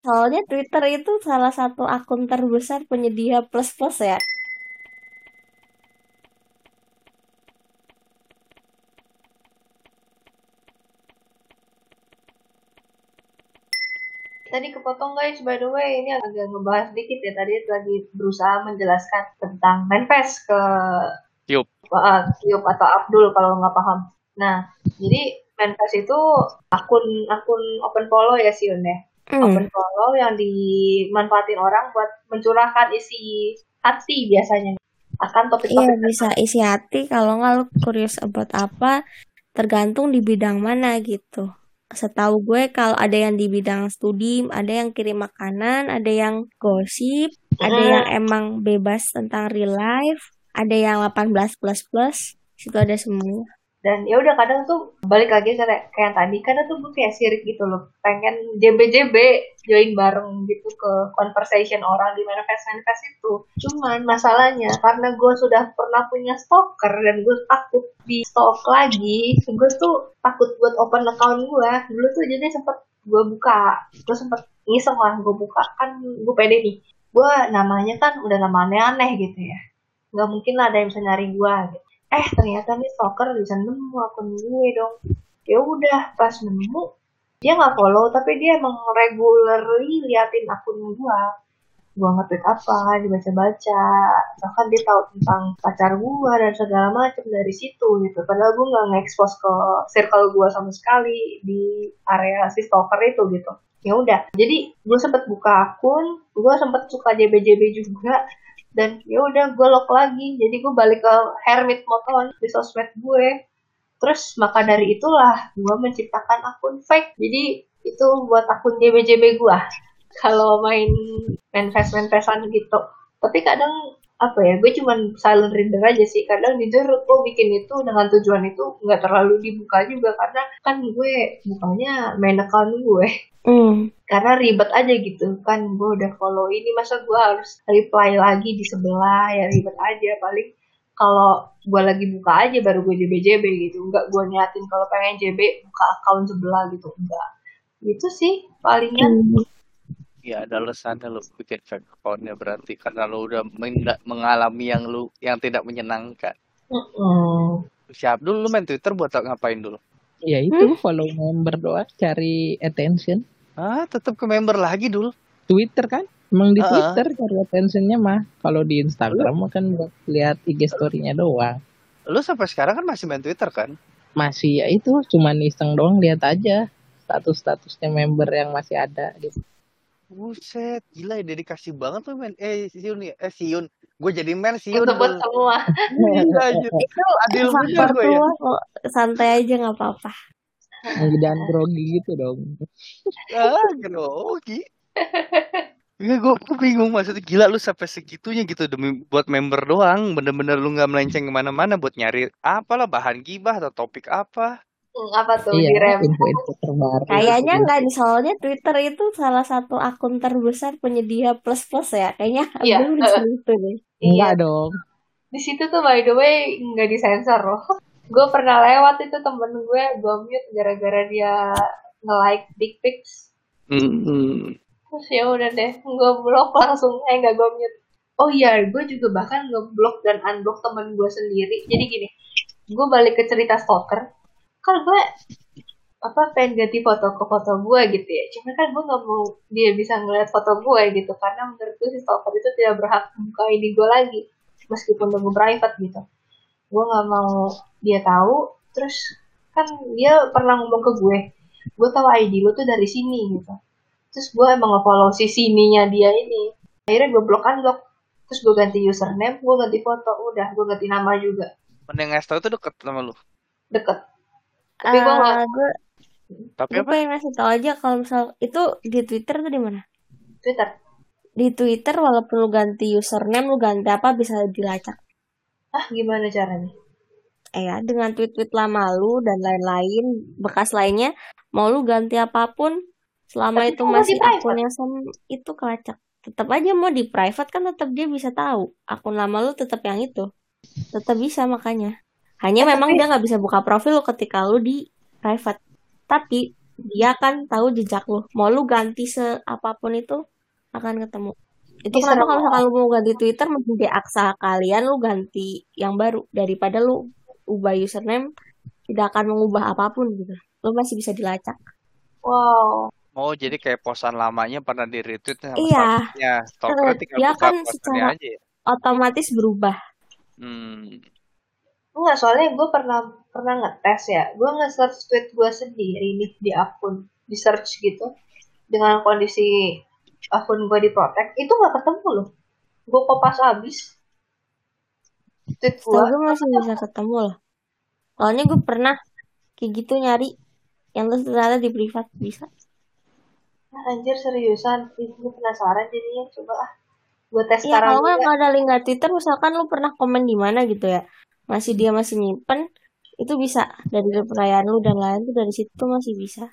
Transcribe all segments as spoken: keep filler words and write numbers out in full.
Soalnya Twitter itu salah satu akun terbesar penyedia plus-plus ya. Tadi kepotong guys, by the way, ini agak ngebahas dikit ya. Tadi lagi berusaha menjelaskan tentang manifest ke Yup. uh, Tiup atau Abdul kalau nggak paham. Nah, jadi manifest itu akun akun open follow ya sih ya. Hmm. Open follow yang dimanfaatin orang buat mencurahkan isi hati biasanya akan Iya topik-topik bisa tertentu. isi hati kalau nggak lu curious about apa, tergantung di bidang mana gitu. Setahu gue kalau ada yang di bidang studi, ada yang kirim makanan, ada yang gosip, ada yang Mm. emang bebas tentang real life, ada yang delapan belas plus plus, situ ada semua. Dan ya udah kadang tuh balik lagi ke kayak yang tadi, kadang tuh gue kayak sirik gitu loh, pengen J B J B join bareng gitu ke conversation orang di manifest manifest itu. Cuman masalahnya karena gue sudah pernah punya stalker dan gue takut di stalk lagi, gue tuh takut buat open account gue. Dulu tuh jadi sempet gue buka, gue sempet ngiseng lah gue buka, kan gue pede nih, gue namanya kan udah nama aneh-aneh gitu ya, nggak mungkin lah ada yang bisa nyari gue gitu. Eh ternyata nih stalker bisa nemu akun gue dong. Ya udah pas nemu, dia nggak follow tapi dia emang regularly liatin akun gue. Gue nge-tweet apa, dibaca-baca, bahkan dia tahu tentang pacar gue dan segala macam dari situ gitu. Padahal gue nggak nge-expose ke circle gue sama sekali di area si stalker itu gitu. Ya udah, jadi gue sempet buka akun, gue sempet suka J B J B juga, dan ya udah gue lock lagi. Jadi gue balik ke hermit mode di sosmed gue. Terus maka dari itulah gue menciptakan akun fake. Jadi itu buat akun J B J B gue kalau main manifest manifestan gitu. Tapi kadang apa ya, gue cuman silent reader aja sih. Kadang jujur gue bikin itu dengan tujuan itu nggak terlalu dibuka juga, karena kan gue bukanya main account gue. Hmm. Karena ribet aja gitu kan, gue udah follow ini masa gue harus reply lagi di sebelah, ya ribet aja. Paling kalau gue lagi buka aja baru gue J B J B gitu, nggak gue niatin kalau pengen J B buka account sebelah gitu, enggak gitu sih palingan. Hmm. Ya ada alasannya lu bikin fake account-nya, berarti karena lu udah men- mengalami yang lu yang tidak menyenangkan. Mm-mm. Si Abdul, lu main Twitter buat ngapain dulu? Ya itu follow member doang, cari attention. Ah, tetap ke member lagi dulu. Twitter kan? Emang di Ah. Twitter cari attentionnya mah. Kalau di Instagram mah kan buat lihat I G story-nya doang. Lu sampai sekarang kan masih main Twitter kan? Masih ya itu, cuman iseng doang lihat aja status-statusnya member yang masih ada gitu. Buset, gila ya, dedikasi banget tuh men. Eh, Siun ya, eh Siun. Gue jadi men Siun Sebut dulu. semua. Gila aja. Itu Adil bener faktor gue ya. tua kok, santai aja nggak apa-apa. Jangan grogi gitu dong. Ah, grogi. Enggak, gue, gue bingung maksudnya, gila lu sampai segitunya gitu demi buat member doang, bener-bener lu nggak melenceng kemana-mana buat nyari apalah bahan gibah atau topik apa. Hmm, apa tuh Iya, direm? info-info terbaru. Kayaknya gitu. nggak nih, soalnya Twitter itu salah satu akun terbesar penyedia plus plus ya. Kayaknya Iya. Abdul di situ deh. Enggak Iya. dong. Di situ tuh by the way nggak disensor loh. Gue pernah lewat itu, temen gue gue mute gara-gara dia nge-like dick pics. Hmm. Terus ya udah deh, gue blok langsung, eh nggak gue mute. Oh iya, gue juga bahkan ngeblok dan unblock temen gue sendiri. Jadi gini, gue balik ke cerita stalker. Kan gue apa pengen ganti foto ke foto gue gitu ya. Cuma kan gue nggak mau dia bisa ngeliat foto gue gitu, karena menurut gue si stalker itu tidak berhak buka I D gue lagi, meskipun udah gue private gitu. Gue nggak mau dia tahu. Terus kan dia pernah ngomong ke gue, gue tahu I D lu tuh dari sini gitu. Terus gue emang nge-follow si sininya dia ini. Akhirnya gue blok unblock. Terus gue ganti username, gue ganti foto, udah gue ganti nama juga. Mana yang ngasih tau itu deket sama lu? Deket. Tapi gue nggak. Uh, gue Tapi gue apa? pengen ngasih tau aja kalau misal itu di Twitter tuh di mana? Twitter. Di Twitter walaupun lu ganti username, lu ganti apa bisa dilacak. Ah gimana caranya? Eh ya, dengan tweet-tweet lama lu dan lain-lain, bekas lainnya, mau lu ganti apapun, selama Tapi itu kalau masih di private? akun yang sama, itu kelacak. Tetap aja mau di private kan tetap dia bisa tahu. Akun lama lu tetap yang itu. Tetap bisa makanya. Hanya Eh, memang tapi- dia nggak bisa buka profil lu ketika lu di private. Tapi dia kan tahu jejak lu. Mau lu ganti seapapun itu akan ketemu. Itu Ih, kenapa serem kalau misalkan banget. lu mau ganti Twitter mending di aksa kalian lu ganti yang baru daripada lu ubah username tidak akan mengubah apapun gitu. Lu masih bisa dilacak. Wow. Oh, jadi kayak posan lamanya pernah di retweet sama Iya, stalkernya. Stalkernya eh, tinggal dia buka kan posannya secara aja ya. otomatis berubah. Hmm. Enggak, soalnya gue pernah pernah ngetes ya. Gue nge-search tweet gue sendiri nih di akun, di search gitu. Dengan kondisi akun gue di protect, itu nggak ketemu loh. Gue kopas abis tweet Setahu gue. gue masih bisa ketemu loh. Soalnya gue pernah kayak gitu nyari yang terus ternyata di privat bisa. Nah, anjir seriusan, ih, gue penasaran jadinya. Coba ah, gue tes Iya, sekarang kalau nggak juga. kalau ada link nggak Twitter, misalkan lu pernah komen di mana gitu ya, masih dia masih nyimpen, itu bisa dari perayaan lu dan lain tuh dari situ masih bisa.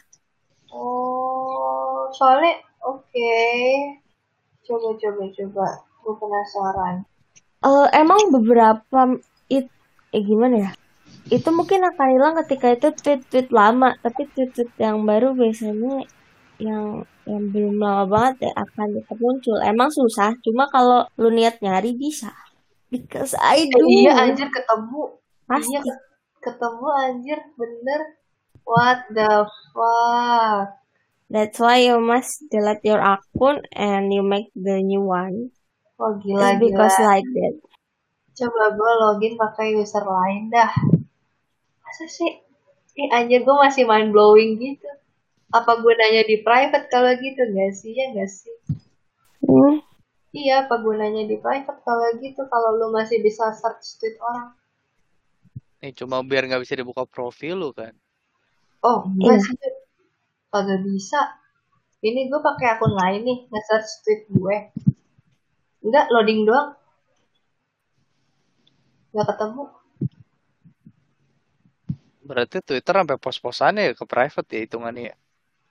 Oh, soalnya oke. Coba coba coba. Gue penasaran. Eh emang beberapa it, eh gimana ya? Itu mungkin akan hilang ketika itu tweet-tweet lama, tapi tweet-tweet yang baru biasanya yang yang belum lama banget ya akan tetap muncul. Emang susah, cuma kalau lu niat nyari bisa. Because I Eh, do. iya anjir ketemu. Iya Pasti. ketemu anjir bener. What the fuck? That's why you must delete your account and you make the new one. Wah gila It's gila. because like that. Coba gue login pakai user lain dah. Masa sih? Ih anjir gue masih mind blowing gitu. Apa gunanya di private kalau gitu gak sih? Ya gak sih? Hmm. Iya apa gunanya di private kalau gitu? Kalau lu masih bisa search tweet orang. Nih cuma biar nggak bisa dibuka profil lu kan. Oh enggak Iya. sih. Kagak bisa. Ini gue pakai akun lain nih. Nge-search tweet gue. Enggak loading doang. Gak ketemu. Berarti Twitter sampai pos-posannya ya ke private ya hitungannya ya.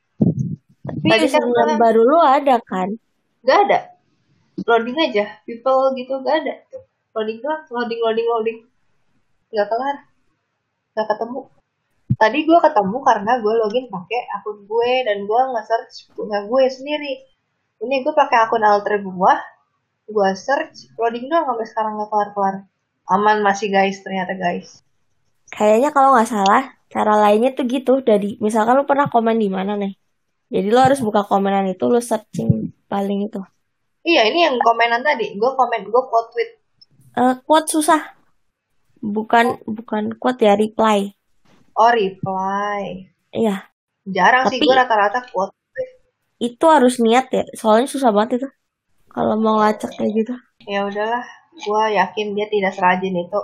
Tapi Tadi kan username gue baru lu ada kan? gak ada. Loading aja. People gitu gak ada. Tuh. Loading doang. Loading, loading, loading. Gak kelar. Gak ketemu. Tadi gue ketemu karena gue login pakai akun gue dan gue nge-search punya gue sendiri. Ini gue pakai akun alter gue. Gue search. Loading doang sampai sekarang gak kelar-kelar. Aman masih guys ternyata guys. Kayaknya kalau nggak salah, cara lainnya tuh gitu. Dari misalkan lu pernah komen di mana nih. Jadi lu harus buka komenan itu, lu searching paling itu. Iya ini yang komenan tadi. Gue komen, gue quote tweet. Eh, quote susah. Bukan bukan quote ya, reply. Oh reply. Iya. Jarang sih Tapi gue rata-rata quote tweet. itu harus niat ya. Soalnya susah banget itu. Kalau mau ngelacak kayak gitu. Ya udahlah. Gue yakin dia tidak serajin itu.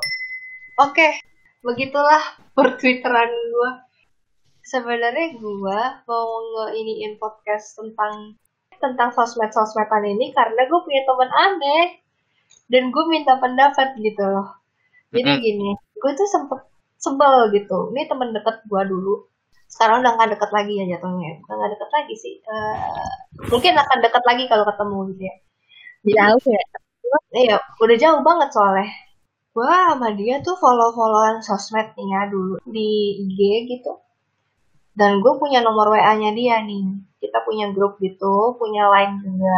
Oke. Begitulah pertwitteran gue. Sebenarnya gue mau nge-iniin podcast tentang tentang sosmed-sosmedan ini karena gue punya teman aneh dan gue minta pendapat gitu loh. Jadi Mm-mm. gini, gue tuh sempet sebel gitu. Ini teman dekat gue dulu. Sekarang udah gak deket lagi ya jatuhnya. Udah gak deket lagi sih. Uh, mungkin akan deket lagi kalau ketemu gitu ya. Jadi, Jauh ya. iya, udah jauh banget soalnya. Gue sama dia tuh follow-followan sosmed nih ya dulu di I G gitu. Dan gue punya nomor W A-nya dia nih. Kita punya grup gitu, punya line juga.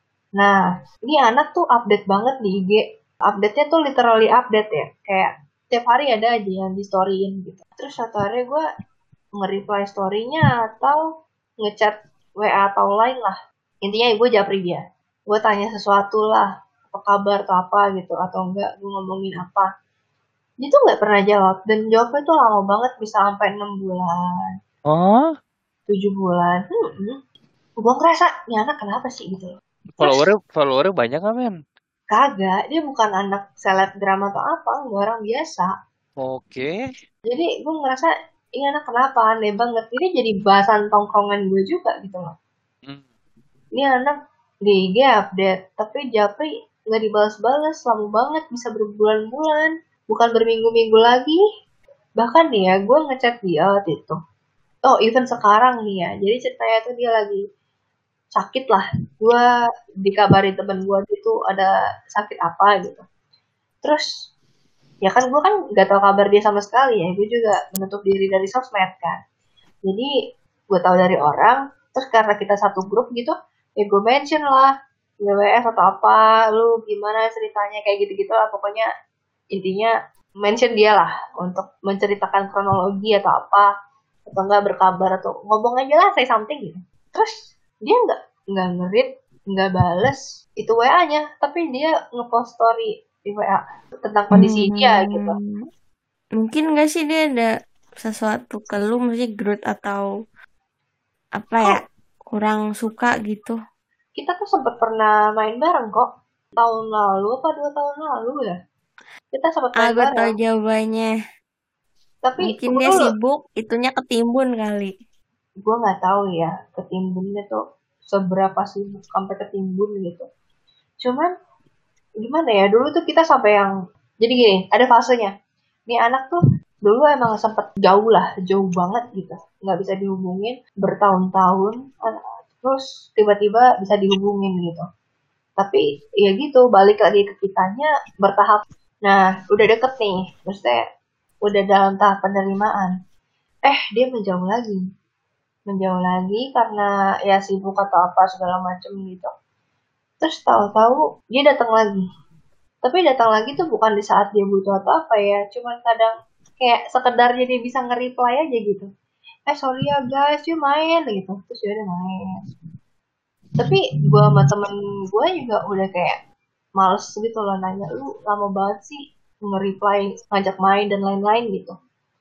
Nah, ini anak tuh update banget di I G. Update-nya tuh literally update ya. Kayak tiap hari ada aja yang di storyin gitu. Terus satu hari gue nge-reply story-nya atau ngechat W A atau line lah. Intinya gue japri dia. Gue tanya sesuatu lah. Apa kabar atau apa gitu. Atau enggak gue ngomongin apa. Dia tuh gak pernah jawab. Dan jawabnya tuh lama banget. Bisa sampai enam bulan. Oh, tujuh bulan. Hmm. Gue ngerasa, ini anak kenapa sih gitu. followernya followernya banyak kan men? Kagak, dia bukan anak selebgram atau apa, dia orang biasa. Oke. Jadi gue ngerasa, ini anak kenapa aneh banget. Ini jadi bahasan tongkrongan gue juga gitu loh. Hmm. Ini anak di I G update, tapi japri gak dibalas-balas, lama banget, bisa berbulan-bulan, bukan berminggu-minggu lagi. Bahkan nih ya, gue ngechat dia waktu itu. Oh, even sekarang nih ya. Jadi ceritanya tuh dia lagi sakit lah. Gue dikabari temen gue gitu ada sakit apa gitu. Terus, ya kan gue kan gak tahu kabar dia sama sekali ya. Gue juga menutup diri dari sosmed kan. Jadi, gue tahu dari orang, terus karena kita satu grup gitu, ya gue mention lah W W F atau apa, lu gimana ceritanya kayak gitu-gitu lah, pokoknya intinya mention dia lah untuk menceritakan kronologi atau apa, atau enggak berkabar atau ngomong aja lah, say something gitu. Terus dia nggak nggak nge-read, nggak bales itu W A-nya, tapi dia ngepost story di W A tentang kondisi Hmm, dia gitu. Mungkin nggak sih dia ada sesuatu ke lu, maksudnya growth atau apa ya, kurang suka gitu. Kita tuh sempat pernah main bareng kok, tahun lalu apa dua tahun lalu ya, kita sempat Ah, main gue tahu bareng. jawabannya. Tapi Mungkin tunggu dia dulu, sibuk, itunya ketimbun kali. gue nggak tahu ya ketimbunnya tuh seberapa sibuk sampai ketimbun gitu. Cuman gimana ya, dulu tuh kita sampai yang jadi gini, ada fasenya. Nih anak tuh dulu emang sempet jauh lah, jauh banget gitu, nggak bisa dihubungin bertahun-tahun, terus tiba-tiba bisa dihubungin gitu. Tapi ya gitu, balik lagi ke kitanya bertahap. Nah, udah deket nih, maksudnya udah dalam tahap penerimaan. Eh, dia menjauh lagi. Menjauh lagi karena ya sibuk atau apa segala macem gitu. Terus tahu-tahu dia datang lagi. Tapi datang lagi tuh bukan di saat dia butuh atau apa ya, cuman kadang kayak sekedar jadi bisa nge-reply aja gitu. Eh sorry ya guys, yuk main gitu. Terus dia udah main. Tapi gue sama temen gue juga udah kayak males gitu loh nanya, lu lama banget sih nge-reply, ngajak main dan lain-lain gitu.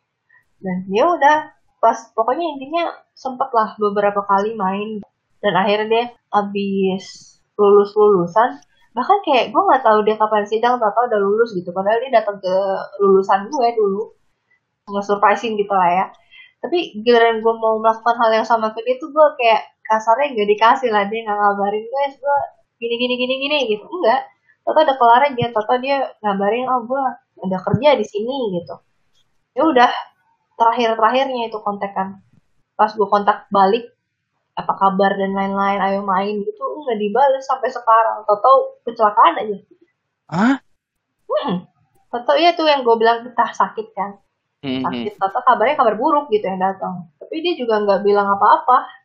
Dan dia udah pas, pokoknya intinya sempet lah beberapa kali main. Dan akhirnya dia abis lulus-lulusan, bahkan kayak gue nggak tahu dia kapan sidang, atau udah lulus gitu. Padahal dia datang ke lulusan gue dulu, nge-surprisein gitu lah ya. Tapi giliran gue mau melakukan hal yang sama ke dia tuh gue kayak kasarnya gak dikasih lah, dia nggak ngabarin, guys gue gini gini gini gini gitu, enggak. Toto udah kelar aja, Toto dia ngabarin, oh gue udah kerja di sini gitu. Ya udah, terakhir-terakhirnya itu kontekan. Pas gue kontak balik, apa kabar dan lain-lain, ayo main gitu, nggak dibales sampai sekarang. Toto kecelakaan aja. Hah? Hmm. Toto ya tuh yang gue bilang kita sakit kan. Hmm. Sakit, Toto kabarnya kabar buruk gitu yang datang. Tapi dia juga nggak bilang apa-apa.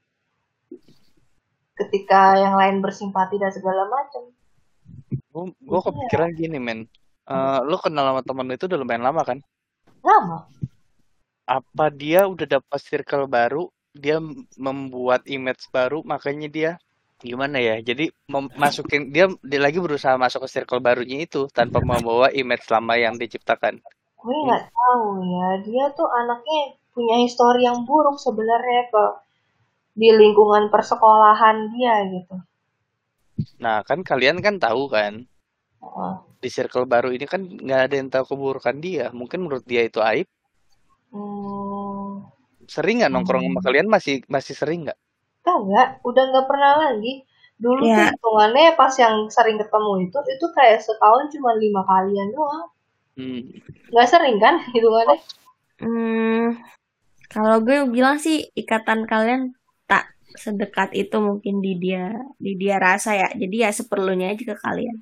Ketika yang lain bersimpati dan segala macam. Gue gue kepikiran gini men, uh, lu kenal sama temen itu udah lumayan lama kan? Lama. Apa dia udah dapat circle baru, dia membuat image baru, makanya dia gimana ya? Jadi masukin dia, dia lagi berusaha masuk ke circle barunya itu tanpa membawa image lama yang diciptakan. Gue nggak hmm. tahu ya, dia tuh anaknya punya histori yang buruk sebenarnya ke di lingkungan persekolahan dia gitu. Nah kan kalian kan tahu kan, uh. di circle baru ini kan nggak ada yang tahu keburukan dia. Mungkin menurut dia itu aib. Hmm. Sering nggak nongkrong sama kalian? Masih masih sering nggak? Kagak, udah nggak pernah lagi. Dulu Ya. tuh hitungannya pas yang sering ketemu itu, itu kayak setahun cuma lima kalian doang. Hmm. Nggak sering kan hitungannya? Hmm, kalau gue bilang sih ikatan kalian tak sedekat itu mungkin di dia di dia rasa ya. Jadi ya seperlunya aja ke kalian.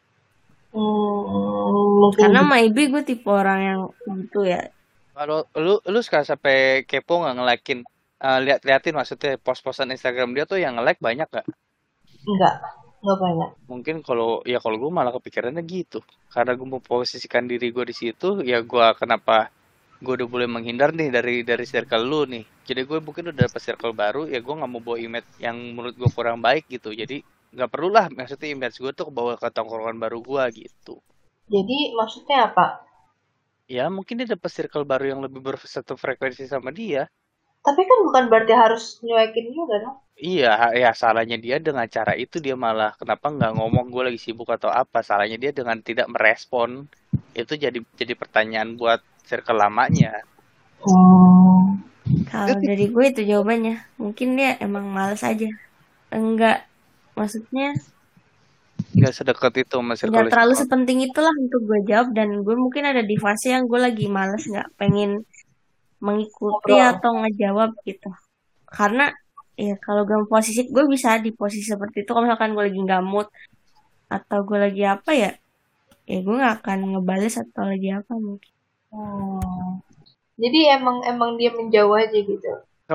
Hmm, Karena maybe gue tipe orang yang gitu ya. Kalau lu lu sekarang sampai kepo nggak ngelakin, uh, lihat-liatin maksudnya post-postan Instagram dia tuh yang nge-like banyak nggak? Enggak, nggak banyak. Mungkin kalau ya kalau gue malah kepikirannya gitu, karena gue mau posisikan diri gue di situ, ya gue kenapa gue udah boleh menghindar nih dari dari circle lu nih. Jadi gue mungkin udah dapet circle baru, ya gue nggak mau bawa image yang menurut gue kurang baik gitu. Jadi nggak perlu lah, maksudnya image gue tuh bawa ke tongkrongan baru gue gitu. Jadi maksudnya apa? Ya mungkin dia dapet circle baru yang lebih bersatu frekuensi sama dia. Tapi kan bukan berarti harus nyuekin juga dong. Iya, ya salahnya dia dengan cara itu dia malah kenapa nggak ngomong gue lagi sibuk atau apa. Salahnya dia dengan tidak merespon. Itu jadi jadi pertanyaan buat circle lamanya. Hmm. Kalau dari gue itu jawabannya. Mungkin dia emang malas aja. Enggak, maksudnya nggak sedekat itu sama circle. Nggak terlalu sepenting itulah untuk gue jawab. Dan gue mungkin ada di fase yang gue lagi malas, nggak pengen mengikuti oh, atau ngejawab gitu. Karena ya kalau gue posisi, gue bisa di posisi seperti itu. Kalau misalkan gue lagi nggak mood atau gue lagi apa ya, ya gue nggak akan ngebales atau lagi apa mungkin. Hmm. Jadi emang emang dia menjauh aja gitu. Kalau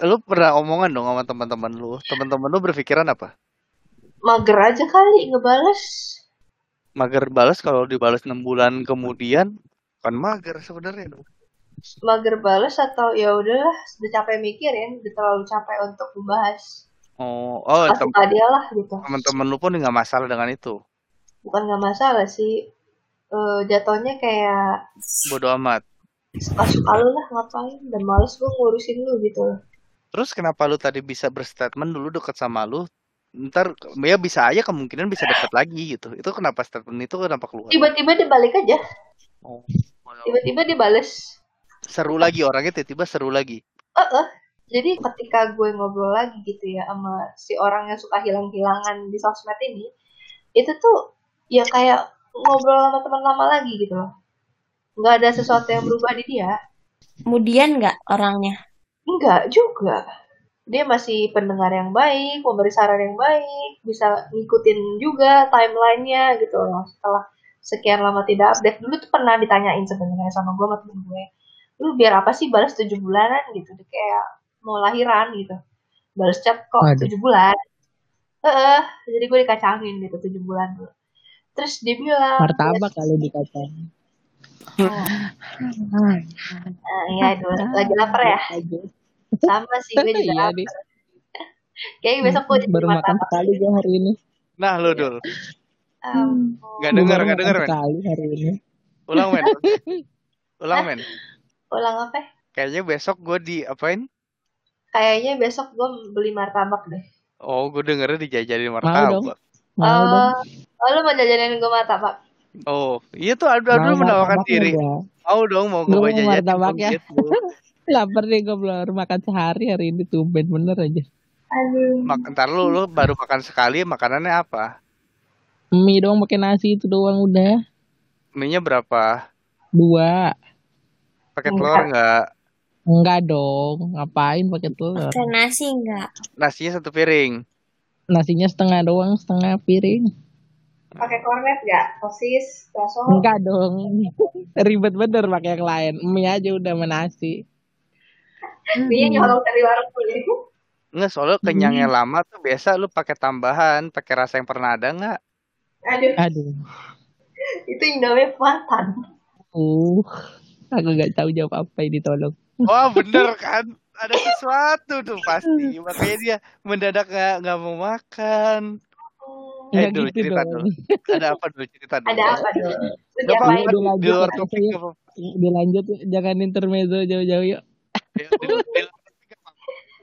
lu pernah omongan dong sama teman-teman lu. Teman-teman lu berpikiran apa? Mager aja kali ngebales. Mager balas kalau dibalas enam bulan kemudian kan mager sebenarnya dong. Mager bales atau ya udahlah, udah capek mikirin, udah terlalu capek untuk membahas. Oh, oh Suka tem- suka dia lah gitu. teman-teman lu pun nggak masalah dengan itu. Bukan nggak masalah sih. Eh, jatuhnya kayak Bodoh amat. suka-suka lu lah ngapain, dan males gue ngurusin lu gitu. Terus kenapa lu tadi bisa berstatement dulu deket sama lu? Ntar ya bisa aja kemungkinan bisa deket lagi gitu. Itu kenapa statement itu kenapa keluar? Tiba-tiba dia balik aja. Oh, Tiba-tiba dia bales. seru lagi orangnya tiba-tiba seru lagi. Eh, eh. Jadi ketika gue ngobrol lagi gitu ya sama si orang yang suka hilang-hilangan di sosmed ini, itu tuh ya kayak ngobrol sama teman lama lagi gitu loh. Nggak ada sesuatu yang berubah di dia. Kemudian nggak orangnya? Enggak juga. Dia masih pendengar yang baik, memberi saran yang baik, bisa ngikutin juga timelinenya gitu loh. Setelah sekian lama tidak update, dulu tuh pernah ditanyain sebenarnya sama gue sama temen gue, lu biar apa sih balas tujuh bulanan gitu, dia kayak mau lahiran gitu, balas chat kok Aduh. tujuh bulan. Heeh, jadi gue dikacangin gitu tujuh bulan dulu. Terus dia bilang, Martabak kalau dikatakan. oh, eh, iya dulu lagi lapar ya, sama sih gue juga Iya lapar. nih. Kayaknya besok gue jadi Baru makan martabak. sekali gue hari ini. Nah lu Dul, Um, nggak Gue denger baru nggak makan denger men. sekali hari ini. Ulang men. Ulang men. ulang apa? Kayaknya besok gue di apain? Kayaknya besok gue beli martabak deh. Oh gue dengernya dijajalin Mau dong. martabak. Mau dong. Oh, lu mau jajanin gue martabak? Oh iya tuh adu adu Mau menawarkan martabaknya diri. gua. Mau dong mau Gue gue mau jajanin martabak ya. gitu. Lapar nih gue baru makan sehari hari ini, tumben bener aja. Aduh. Mak ntar lu lu baru makan sekali makanannya apa? Mie doang pakai nasi itu doang udah. Mie-nya berapa? Dua. Pakai telur nggak? Enggak dong, ngapain pakai telur? Pakai nasi nggak? Nasinya satu piring. Nasinya setengah doang, setengah piring. Pakai kornet nggak? Sosis, bakso? Enggak dong. Ribet bener pakai yang lain. Mie aja udah sama nasi. Mie nyolong dari warung dulu. Nggak, soalnya kenyangnya lama tuh biasa lu pakai tambahan, pakai rasa yang pernah ada nggak? Aduh, Aduh. itu yang namanya mantan. Uh, aku nggak tahu jawab apa ini, tolong. Wah bener kan? Ada sesuatu tuh pasti. Makanya dia mendadak nggak nggak mau makan. Eh Nggak dulu gitu cerita dong. dulu. Ada apa dulu cerita dulu? Ada apa dulu? Lu Nggak diapain? apa-apa, Udah di lanjut luar ya, topik saya- nggak apa-apa. Dilanjut yuk, jangan intermezzo jauh-jauh yuk. Di- di- di luar topik nggak apa-apa.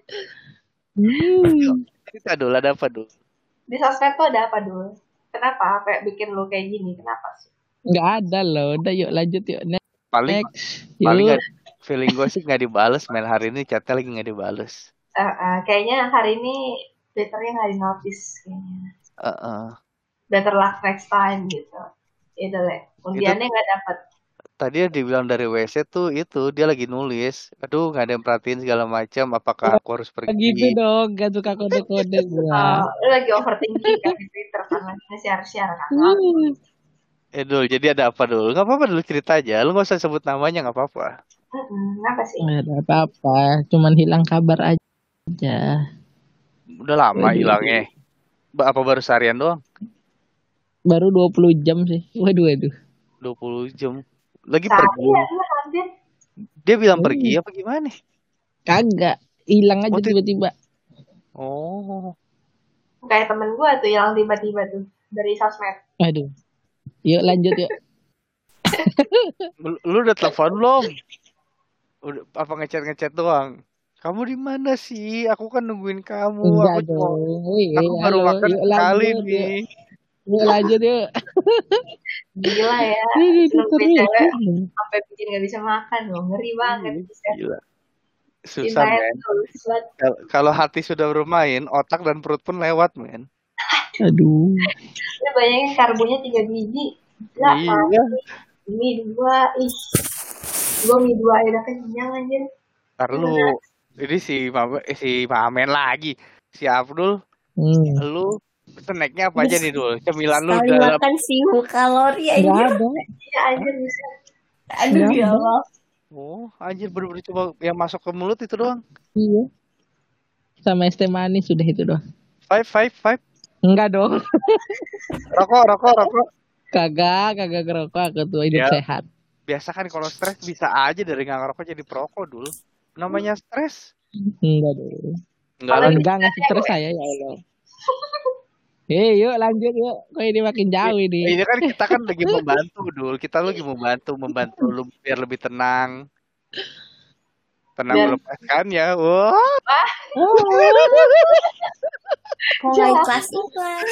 Hmm. Cerita dulu, ada apa dulu? Di sosmed tuh ada apa dulu? Kenapa? Kayak bikin lu kayak gini? Kenapa sih? Nggak ada loh. Udah yuk lanjut yuk. Paling Next. paling Yuk. nggak, feeling gue sih nggak dibales, mail hari ini chatnya lagi nggak dibales. Eh, eh, kayaknya hari ini Twitternya nggak di notice kayaknya. Heeh. Better luck next time gitu. Ya udah deh. Undiannya nggak dapet. Tadi dia dibilang dari W C tuh itu dia lagi nulis. Aduh nggak ada yang perhatiin segala macam. Apakah aku harus pergi? Gitu dong, gak suka kode-kode gua. Oh, lu lagi overthinking kan di Twitter karena nge-share-share kan. Hmm. Eh dul, jadi ada apa dulu? Nggak apa-apa dulu cerita aja. Lu nggak usah sebut namanya nggak apa-apa. Mm-mm, Kenapa sih? Nggak ada apa-apa, cuman hilang kabar aja. Udah lama Waduh. hilangnya. Ba- Apa baru seharian doang? Baru dua puluh jam sih. Waduh, waduh. dua puluh jam. Lagi Saat pergi. ya, lu hampir. Dia bilang Hmm. pergi apa gimana? Kagak, hilang aja Oh, ti- tiba-tiba. Oh. Kayak temen gue tuh yang tiba-tiba tuh dari sosmed. Aduh. Yuk lanjut yuk. Lu, lu udah telepon belum? Udah apa ngechat-ngechat doang? Kamu di mana sih? Aku kan nungguin kamu. Enggak Aku cuma dong. Wih, aku baru halo. makan Yuk sekali lanjut nih. yuk. Yuk lanjut yuk. Gila ya. Ini Nungguin terus. cewek sampai bikin gak bisa makan loh. Ngeri banget. Bisa. Gila. Susah Cintanya men. tulus banget. Kal- Kalau hati sudah bermain, otak dan perut pun lewat men. Aduh. Lu bayangin karbonya tiga biji. Gila Iya. kan. Mie dua. Ih. Gue mie dua aja udah kenyang anjir. Ntar lu, ini si Mame, eh, si Mamen lagi, si Abdul, Hmm. lu snacknya apa aja nih dul? Cemilan lu Sekali dalam makan seribu kalori Enggak aja. ada. Iya anjir bisa. Aduh Nggak ya ada. Allah. Oh, anjir bener-bener cuma yang masuk ke mulut itu doang. Iya. sama es teh manis sudah itu doang. Five, five, five. Enggak dong. Rokok, rokok, rokok. Kagak, kagak ngerokok aku tuh hidup Ya. sehat. Biasa kan kalau stres bisa aja dari nggak ngerokok jadi perokok dulu. Namanya stres. Enggak dong. Enggak lah. Enggak ngasih stres saya ya Allah. Hei, yuk lanjut yuk. Kok ini makin jauh ini. Ini kan kita kan lagi membantu dul. Kita lagi membantu, membantu lu biar lebih tenang. Tenang Biar- melepaskan ya. Wah. Kok nggak ikhlas ikhlas?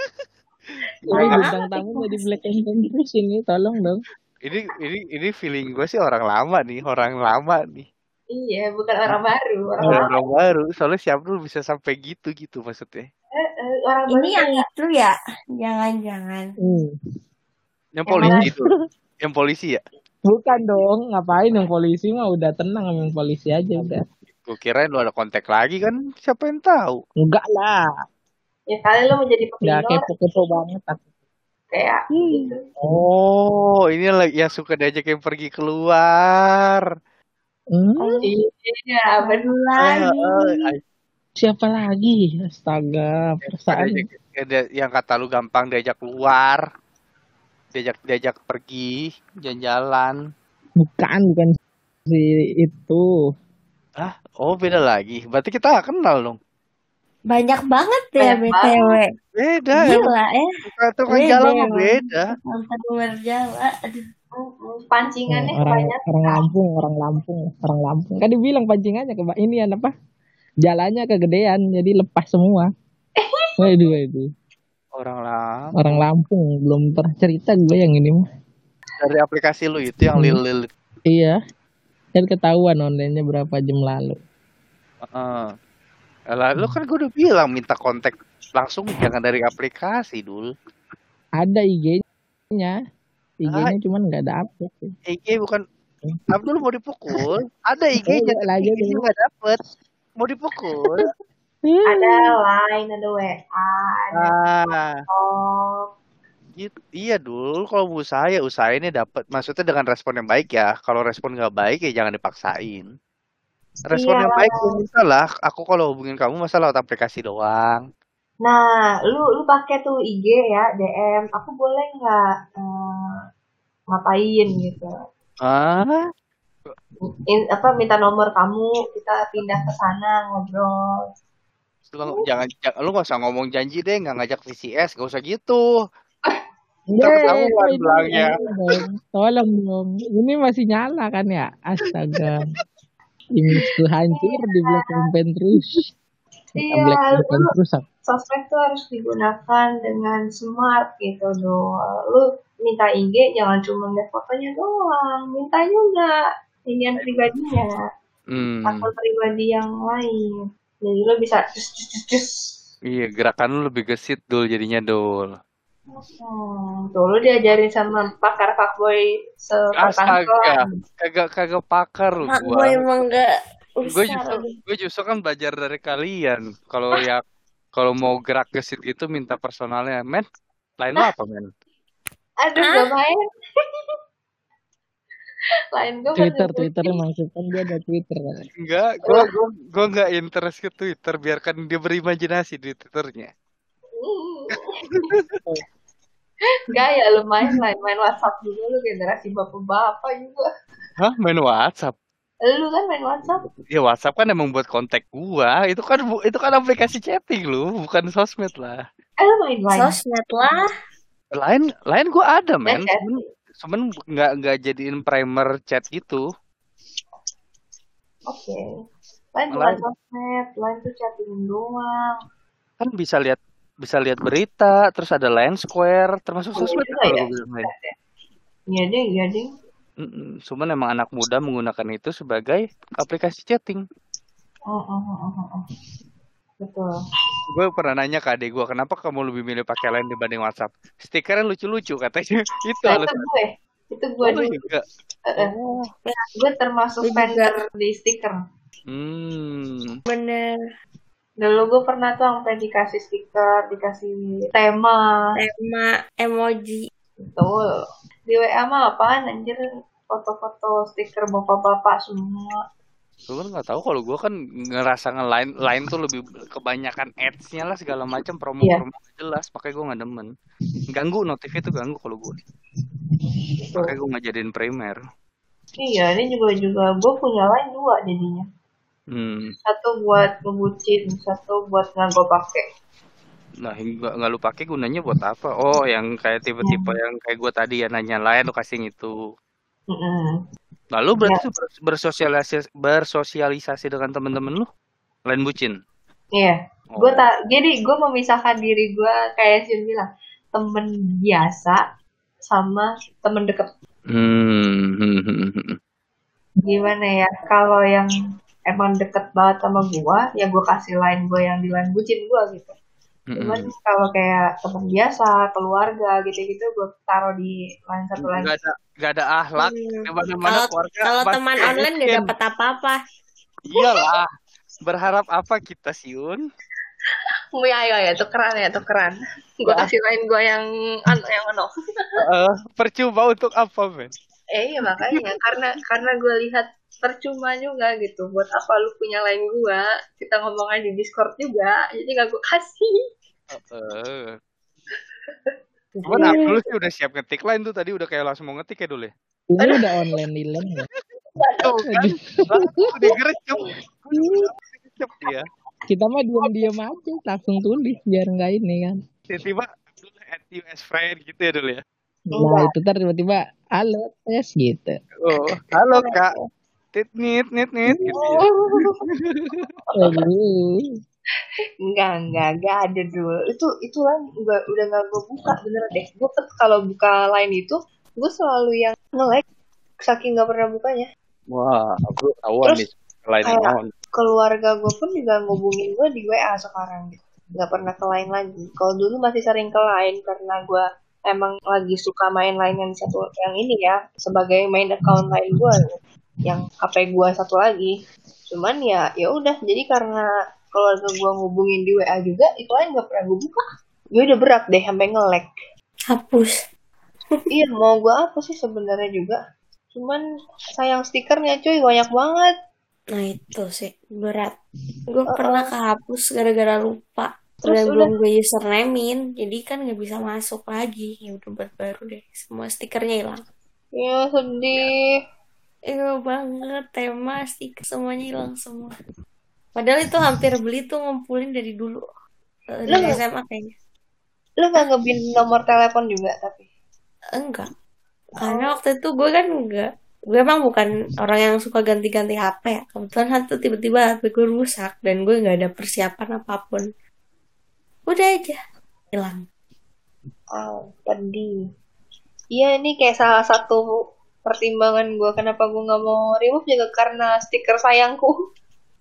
Ini bintang tamu jadi Black Campaign terus ini, tolong dong. Ini ini ini feeling gue sih orang lama nih, orang lama nih. Iya, bukan orang baru, orang Orang, lama. orang baru. Soalnya siapa dulu bisa sampai gitu gitu maksudnya. Eh, eh, orang baru Ini yang itu ya? Jangan-jangan. Hmm. Yang Yang polisi itu. Yang polisi ya. Bukan dong, ngapain yang polisi mah udah tenang sama yang polisi aja udah. Gue kirain lu ada kontak lagi kan. Siapa yang tahu? Enggak lah, ya kali lo menjadi enggak peminor kepo-kepo banget aku. kayak gitu. Oh, ini lagi yang suka diajakin pergi keluar. Hmm, Iya, Baru benar. lagi. Eh, eh, siapa lagi? Astaga, Suka perasaan. diajak- ada- yang kata lu gampang diajak keluar, diajak diajak pergi, jalan-jalan. Bukan, bukan si itu. Ah, oh beda lagi. Berarti kita kenal dong. Banyak banget ya Banyak B T W. Beda ya. Gila ya. Tukang Beda jalan mah emang. beda. Sampai luar Jawa. Aduh. Mm-mm, Pancingannya orang banyak. orang Lampung, orang Lampung, orang Lampung. Kan dibilang pancingannya ke ini apa? Jalannya kegedean, jadi lepas semua. Waduh, waduh. Orang lama. Orang Lampung belum pernah cerita gue yang ini mah. Dari aplikasi lu itu yang Hmm. lil-lil. Iya. Kan ketahuan online-nya berapa jam lalu. Heeh. Lah, lu kan gue udah bilang minta kontak langsung jangan dari aplikasi dul. Ada I G-nya. I G-nya Ah. cuman nggak ada update sih. I G bukan Abdul mau dipukul. Ada I G-nya Oh, tapi lanjut I G-nya dulu. nggak dapet. Mau dipukul. Ada Line, ada W A, ada Ah, Oh, gitu. Iya dul. Kalau mau usaha ya usahainnya dapat. Maksudnya dengan respon yang baik ya. Kalau respon nggak baik ya jangan dipaksain. Respon Iya. yang baik lu minta lah. Aku kalau hubungin kamu masa lewat aplikasi doang. Nah, lu lu pakai tuh I G ya, D M. Aku boleh nggak eh, ngapain gitu? Ah, In- apa minta nomor kamu, kita pindah ke sana ngobrol. lu jangan, jangan lu nggak usah ngomong janji deh, nggak ngajak V C S, nggak usah gitu. Yeay, Terketahuan kok ini bilangnya. ini dong. Tolong dong. Ini masih nyala kan ya? Astaga. Ini tuh hancur di Black Campaign terus. Iya, Black lu Campaign terus. aku. sosmed tuh harus digunakan dengan smart gitu loh. Lu minta I G jangan cuma lihat fotonya doang, minta juga inian pribadinya, Hmm, akun pribadi yang lain. Jadi lu bisa cus cus cus cus. iya gerakan lu lebih gesit dul jadinya dul. Hmm, tuh lu diajarin sama pakar fuckboy Astaga, seperkantoran. kagak kagak pakar lu Mak gua. gue emang gak Gue usah. justru gue justru kan belajar dari kalian. Kalau ya kalau mau gerak gesit gitu minta personalnya, men. Lain lu apa men? Aduh, Hah? gak main. Lain gue Twitter, Twitternya maksudnya dia ada Twitter kan? Enggak, gua gua gua nggak interest ke Twitter, biarkan dia berimajinasi di Twitternya. Gaya lu main main main WhatsApp juga, lu generasi bapak-bapak juga. Hah, main WhatsApp? Lu kan main WhatsApp. Ya WhatsApp kan emang buat kontak gua. Itu kan bu- itu kan aplikasi chatting lu, bukan sosmed lah. Eh lu main Line. Sosmed lah. Lain lain gua ada men, chat. cuman cuman nggak nggak jadiin primer chat gitu. Oke. Line bukan Line. sosmed, Line tuh chatting doang. Kan bisa lihat bisa lihat berita, terus ada Line Square, termasuk Oh, sosmed iya kalau ya. gua bilang lain. Iya deh, iya deh. Mm-mm. Cuman emang anak muda menggunakan itu sebagai aplikasi chatting. Oh, oh, oh, oh, oh. Betul. Gue pernah nanya ke adik gue, kenapa kamu lebih milih pakai Line dibanding WhatsApp? Stikernya lucu-lucu katanya. Itu Nah, itu alasan. gue. Itu gue Oh, lu dulu. juga. Eh, eh. Oh. Gue termasuk Gue juga. vendor di stiker. Hmm. Bener. Dulu gue pernah tuh sampai dikasih stiker, dikasih tema. Tema emoji. Betul. Di W A mah apaan anjir, foto-foto stiker bapak-bapak semua. Gue kan nggak tahu, kalau gue kan ngerasa ngelain lain tuh lebih kebanyakan ads-nya lah segala macam, Iya. promo-promo nggak jelas, makanya gue nggak demen. Ganggu, notifnya tuh ganggu kalau gue. Makanya Tuh. gue nggak jadiin primer. Iya, ini juga juga gue punya line dua jadinya. Hmm. Satu buat ngebucin, satu buat nggak gue pakai. Nah, nggak nggak lu pakai gunanya buat apa? Oh, yang kayak tipe-tipe Hmm. yang kayak gue tadi ya, nanya lain lu kasih itu. Mm-mm. Lalu Ya, berarti tuh ber- bersosialisasi bersosialisasi dengan temen-temen lu lain bucin. iya. Gue Oh. tak, jadi gue memisahkan diri gue kayak sih bilang temen biasa sama temen deket. Hmm. hmm, hmm, hmm. Gimana ya? Kalau yang emang deket banget sama gue, ya gue kasih line gue yang di line bucin gue gitu. Cuman Hmm. kalau kayak temen biasa, keluarga gitu-gitu, gue taruh di line satu lagi. Nggak ada nggak ada ahlak Hmm. di mana-mana Kalau keluarga kalau masih teman online nggak bucin. dapat apa-apa. Iyalah. Berharap apa kita, Siun? Oh ya, ya, ya, tukeran ya, tukeran. Gue Wah. kasih line gue yang anu, yang ano. Eh, percuma untuk apa, men? Eh, iya makanya karena karena gue lihat percuma juga gitu. Buat apa lu punya line gue? Kita ngomongnya di Discord juga, jadi gak gue kasih. Eh. Cuman Abdul sih udah siap ngetik lain tuh tadi, udah kayak langsung mau ngetik ya dulu ya. Ini udah online Nilan ya. Tuh kan, langsung udah gercep. Gercep dia. Kita mah diam-diam aja, langsung tulis biar nggak ini kan. Tiba-tiba Abdul at U S friend gitu ya dulu ya. Nah itu ntar tiba-tiba halo tes gitu. Oh, halo Kak. Tit nit nit nit gitu ya. Aduh. Enggak, enggak, enggak ada dulu. Itu itu kan udah udah nggak gue buka beneran deh. Gue kalau buka line itu, gue selalu yang nge-like saking nggak pernah bukanya. Wah, Abdul tahuan nih lain Kayak naon. keluarga gue pun juga ngubungin gue di W A sekarang gitu. Nggak pernah ke line lagi. Kalau dulu masih sering ke line karena gue emang lagi suka main line yang satu yang ini ya sebagai main account line gue yang H P gue satu lagi. Cuman ya ya udah jadi karena keluarga gue ngubungin di W A juga itu lain nggak pernah gue buka. Gue udah berat deh sampai nge-lag. Hapus. Iya mau gue apa sih sebenarnya juga. Cuman sayang stikernya cuy banyak banget. Nah itu sih berat. Gue pernah kehapus gara-gara lupa. Terus Dan udah belum gue username-in, jadi kan nggak bisa masuk lagi. Ya udah buat baru deh. Semua stikernya hilang. ya sedih. Iya banget, tema stiker semuanya hilang semua. Padahal itu hampir beli tuh ngumpulin dari dulu. Eh, Lu Dari nggak- S M A kayaknya. Lu nggak ngebin nomor telepon juga tapi. Enggak. Karena waktu itu gue kan enggak. Gue emang bukan orang yang suka ganti-ganti H P ya. Kebetulan satu tiba-tiba H P gue rusak. Dan gue gak ada persiapan apapun. Udah aja. Hilang. Oh, pedih. Iya ini kayak salah satu pertimbangan gue kenapa gue nggak mau remove juga karena stiker sayangku.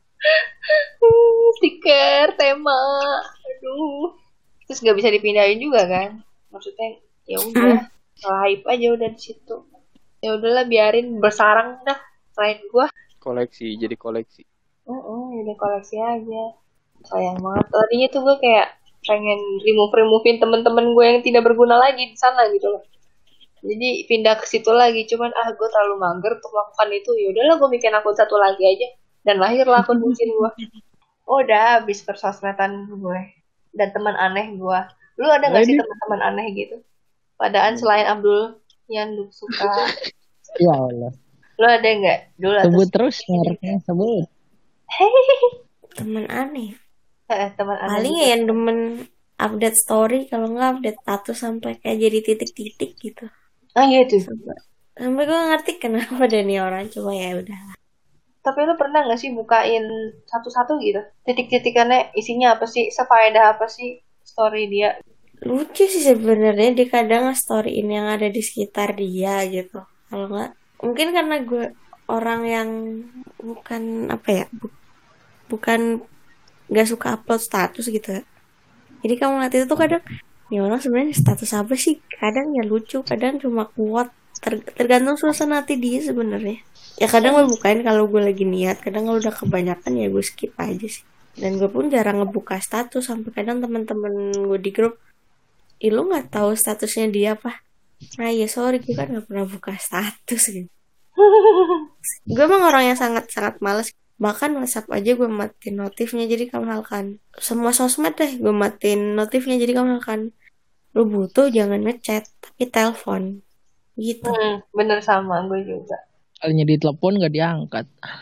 Stiker tema, aduh. Terus nggak bisa dipindahin juga kan? Maksudnya ya udah, hype aja udah di situ. Ya udahlah biarin bersarang dah lain gue. Koleksi, jadi koleksi. Oh, udah koleksi aja. Sayang banget. Tadinya tuh gue kayak pengen remove removein temen-temen gue yang tidak berguna lagi di sana gitu loh. Jadi pindah ke situ lagi, cuman ah gue terlalu mager untuk melakukan itu. Ya udahlah gue bikin akun satu lagi aja dan lahirlah akun bucin gue. Oh, udah habis persosmedan gue dan teman aneh gue. Lu ada nggak sih teman-teman aneh gitu? Padahal selain Abdul yang lu suka, Ya Allah. lu ada nggak? Dulu atau Sebut terus mereknya, sebut. Temen aneh. eh, teman aneh. Paling gitu. ya yang demen update story. Kalau nggak update status sampai kayak jadi titik-titik gitu. Ah iya tuh. Sampai, sampai gue ngerti kenapa ada nih orang. Coba ya udah. Tapi lu pernah nggak sih bukain satu-satu gitu? Titik-titikannya isinya apa sih? Sefaedah apa sih story dia? Lucu sih sebenarnya, dia kadang nge-storyin yang ada di sekitar dia gitu. Kalau nggak, mungkin karena gue orang yang bukan apa ya, bu- bukan nggak suka upload status gitu ya. Jadi kamu ngeliat itu tuh kadang, ya orang sebenarnya status apa sih? Kadang ya lucu, kadang cuma quote. Ter- tergantung suasana hati dia sebenarnya. Ya kadang gue bukain kalau gue lagi niat, kadang kalau udah kebanyakan ya gue skip aja sih. Dan gue pun jarang ngebuka status, sampai kadang teman-teman gue di grup, ih lu nggak tahu statusnya dia apa? Nah ya sorry, gue kan nggak pernah buka status gitu. Gue emang orang yang sangat sangat males Bahkan WhatsApp aja gue matiin notifnya. Jadi kalau misalkan semua sosmed deh gue matiin notifnya. Jadi kalau misalkan lu butuh jangan ngechat tapi telepon gitu. Hmm, bener sama gue juga. Kalinya di telepon nggak diangkat.